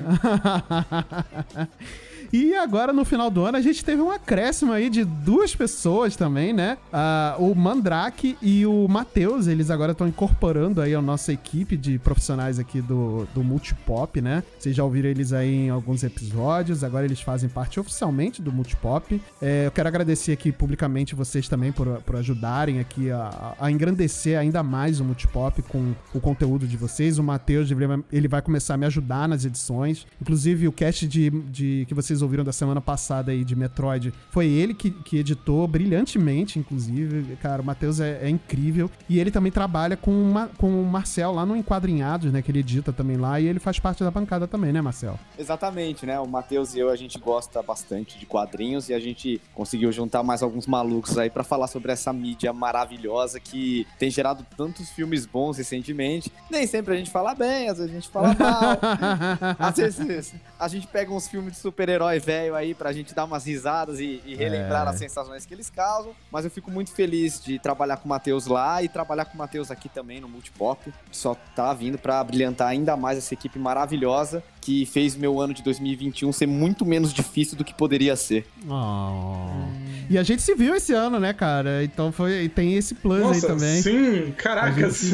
E agora, no final do ano, a gente teve um acréscimo aí de 2 pessoas também, né? O Mandrake e o Matheus, eles agora estão incorporando aí a nossa equipe de profissionais aqui do Multipop, né? Vocês já ouviram eles aí em alguns episódios, agora eles fazem parte oficialmente do Multipop. Eu quero agradecer aqui publicamente vocês também por ajudarem aqui a engrandecer ainda mais o Multipop com o conteúdo de vocês. O Matheus, ele vai começar a me ajudar nas edições. Inclusive, o cast que vocês ouviram da semana passada aí de Metroid, foi ele que editou brilhantemente, inclusive. Cara, o Matheus é incrível. E ele também trabalha com o Marcel lá no Enquadrinhados, né? Que ele edita também lá, e ele faz parte da bancada também, né, Marcel? Exatamente, né? O Matheus e eu, a gente gosta bastante de quadrinhos e a gente conseguiu juntar mais alguns malucos aí pra falar sobre essa mídia maravilhosa que tem gerado tantos filmes bons recentemente. Nem sempre a gente fala bem, às vezes a gente fala mal. Às vezes a gente pega uns filmes de super-herói velho aí pra gente dar umas risadas e relembrar as sensações que eles causam, mas eu fico muito feliz de trabalhar com o Matheus lá e trabalhar com o Matheus aqui também no Multipop. Só tá vindo pra brilhantar ainda mais essa equipe maravilhosa que fez meu ano de 2021 ser muito menos difícil do que poderia ser. E a gente se viu esse ano, né, cara? Então tem esse plus aí também. Sim, caracas.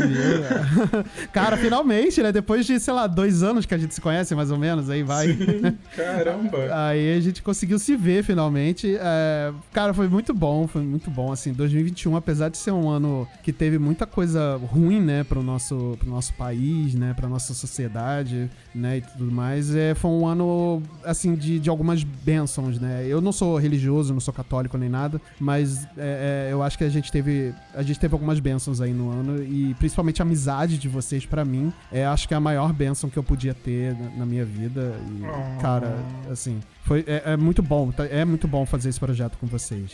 Cara, finalmente, né? Depois de, sei lá, 2 anos que a gente se conhece, mais ou menos, aí vai. Sim, caramba. Aí a gente conseguiu se ver finalmente. Cara, foi muito bom, assim. 2021, apesar de ser um ano que teve muita coisa ruim, né, pro nosso país, né, pra nossa sociedade, né, e tudo mais, foi um ano, assim, de algumas bênçãos, né. Eu não sou religioso, não sou católico nem nada, mas eu acho que a gente teve algumas bênçãos aí no ano, e principalmente a amizade de vocês, pra mim, acho que é a maior bênção que eu podia ter na minha vida. E, cara, assim, é muito bom, é muito bom fazer esse projeto com vocês.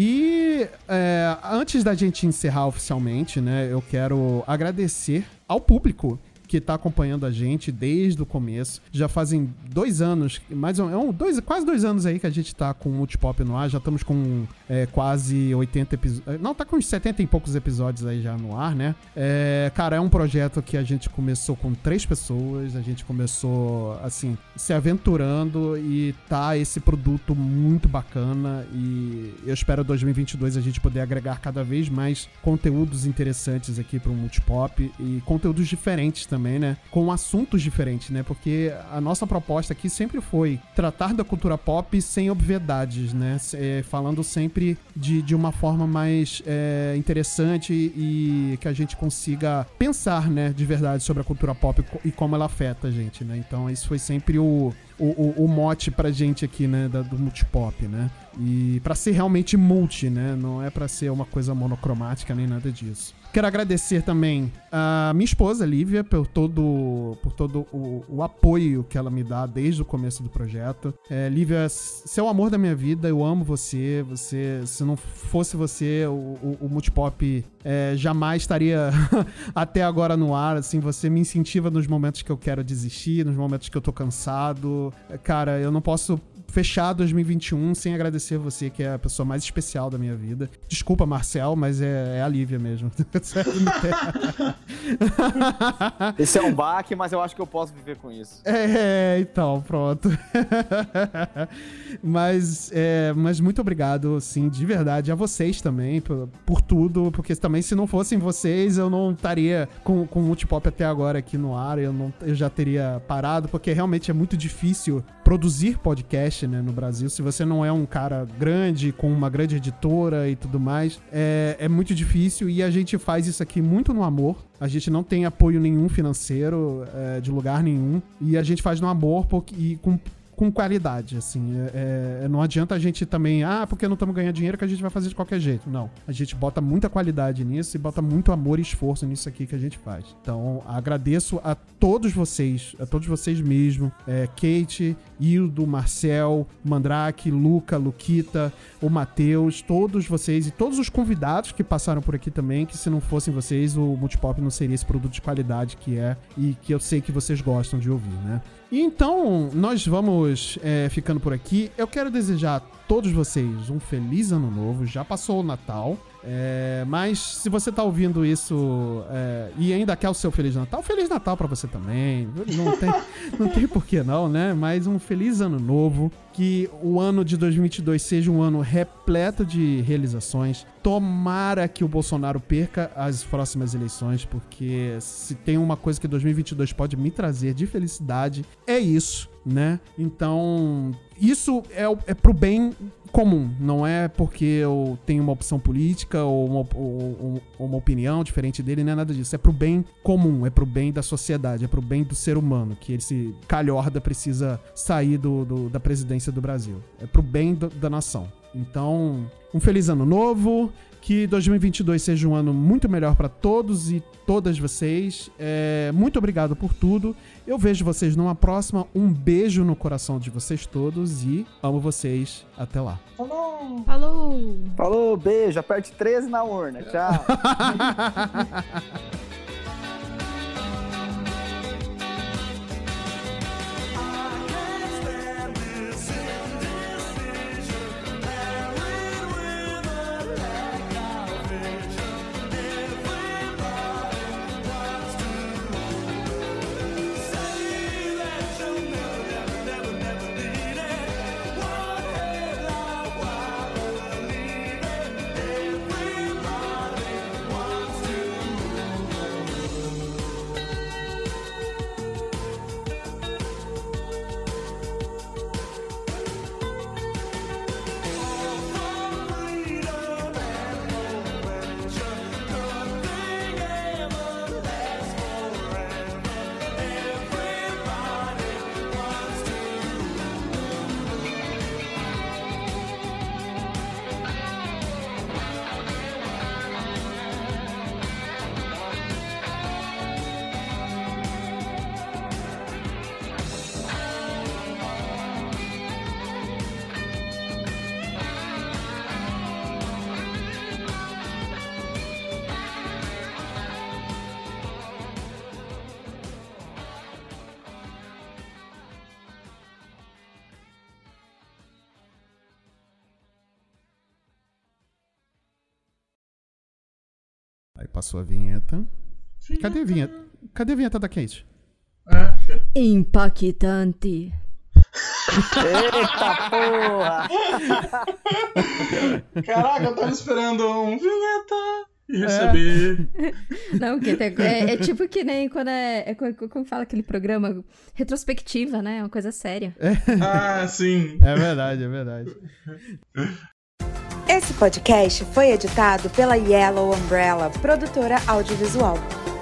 E antes da gente encerrar oficialmente, né, eu quero agradecer ao público que tá acompanhando a gente desde o começo. Já fazem 2 anos, quase 2 anos aí que a gente tá com o Multipop no ar. Já estamos com quase 80 episódios. Não, tá com uns 70 e poucos episódios aí já no ar, né? Cara, é um projeto que a gente começou com 3 pessoas. A gente começou, assim, se aventurando e tá esse produto muito bacana. E eu espero 2022 a gente poder agregar cada vez mais conteúdos interessantes aqui pro Multipop e conteúdos diferentes também, né? Com assuntos diferentes, né? Porque a nossa proposta aqui sempre foi tratar da cultura pop sem obviedades, né? Falando sempre de uma forma mais interessante e que a gente consiga pensar, né, de verdade sobre a cultura pop e como ela afeta a gente, né? Então isso foi sempre o mote pra gente aqui, né, do Multipop, né? E pra ser realmente multi, né? Não é pra ser uma coisa monocromática nem nada disso. Quero agradecer também a minha esposa, Lívia, por todo o apoio que ela me dá desde o começo do projeto. Lívia, você é o amor da minha vida, eu amo você. Se não fosse você, o Multipop jamais estaria até agora no ar. Assim, você me incentiva nos momentos que eu quero desistir, nos momentos que eu tô cansado. Cara, eu não posso fechar 2021 sem agradecer você, que é a pessoa mais especial da minha vida. Desculpa, Marcel, mas é a Lívia mesmo. Esse é um baque, mas eu acho que eu posso viver com isso. Então, pronto. Mas muito obrigado, sim, de verdade, a vocês também, por tudo, porque também se não fossem vocês, eu não estaria com o Multipop até agora aqui no ar, eu já teria parado, porque realmente é muito difícil produzir podcast, né, no Brasil. Se você não é um cara grande, com uma grande editora e tudo mais, é muito difícil, e a gente faz isso aqui muito no amor. A gente não tem apoio nenhum financeiro de lugar nenhum, e a gente faz no amor e com qualidade, assim. Não adianta a gente também, porque não estamos ganhando dinheiro que a gente vai fazer de qualquer jeito. Não. A gente bota muita qualidade nisso e bota muito amor e esforço nisso aqui que a gente faz. Então, agradeço a todos vocês mesmo. Kate, Hildo, Marcel, Mandrake, Luca, Luquita, o Matheus, todos vocês e todos os convidados que passaram por aqui também, que se não fossem vocês, o Multipop não seria esse produto de qualidade que é e que eu sei que vocês gostam de ouvir, né? E então, nós vamos ficando por aqui. Eu quero desejar a todos vocês um feliz ano novo. Já passou o Natal. Mas se você tá ouvindo isso e ainda quer o seu Feliz Natal pra você também. Não tem por que não, né? Mas um feliz ano novo. Que o ano de 2022 seja um ano repleto de realizações. Tomara que o Bolsonaro perca as próximas eleições, porque se tem uma coisa que 2022 pode me trazer de felicidade, é isso, né? Então, isso é pro bem comum, não é porque eu tenho uma opção política ou uma opinião diferente dele, não é nada disso. É pro bem comum, é pro bem da sociedade, é pro bem do ser humano, que esse calhorda precisa sair da presidência do Brasil. É pro bem da nação. Então, um feliz ano novo, que 2022 seja um ano muito melhor para todos e todas vocês. Muito obrigado por tudo. Eu vejo vocês numa próxima. Um beijo no coração de vocês todos e amo vocês. Até lá. Falou! Falou! Falou, beijo. Aperte 13 na urna. Tchau. Aí passou a vinheta. Cadê a vinheta? Cadê a vinheta da Kate? Impactante. Eita porra! Caraca, eu tava esperando um vinheta e receber. Não, que é tipo que nem quando como fala aquele programa retrospectiva, né? Uma coisa séria. Ah, sim. É verdade, é verdade. Esse podcast foi editado pela Yellow Umbrella, produtora audiovisual.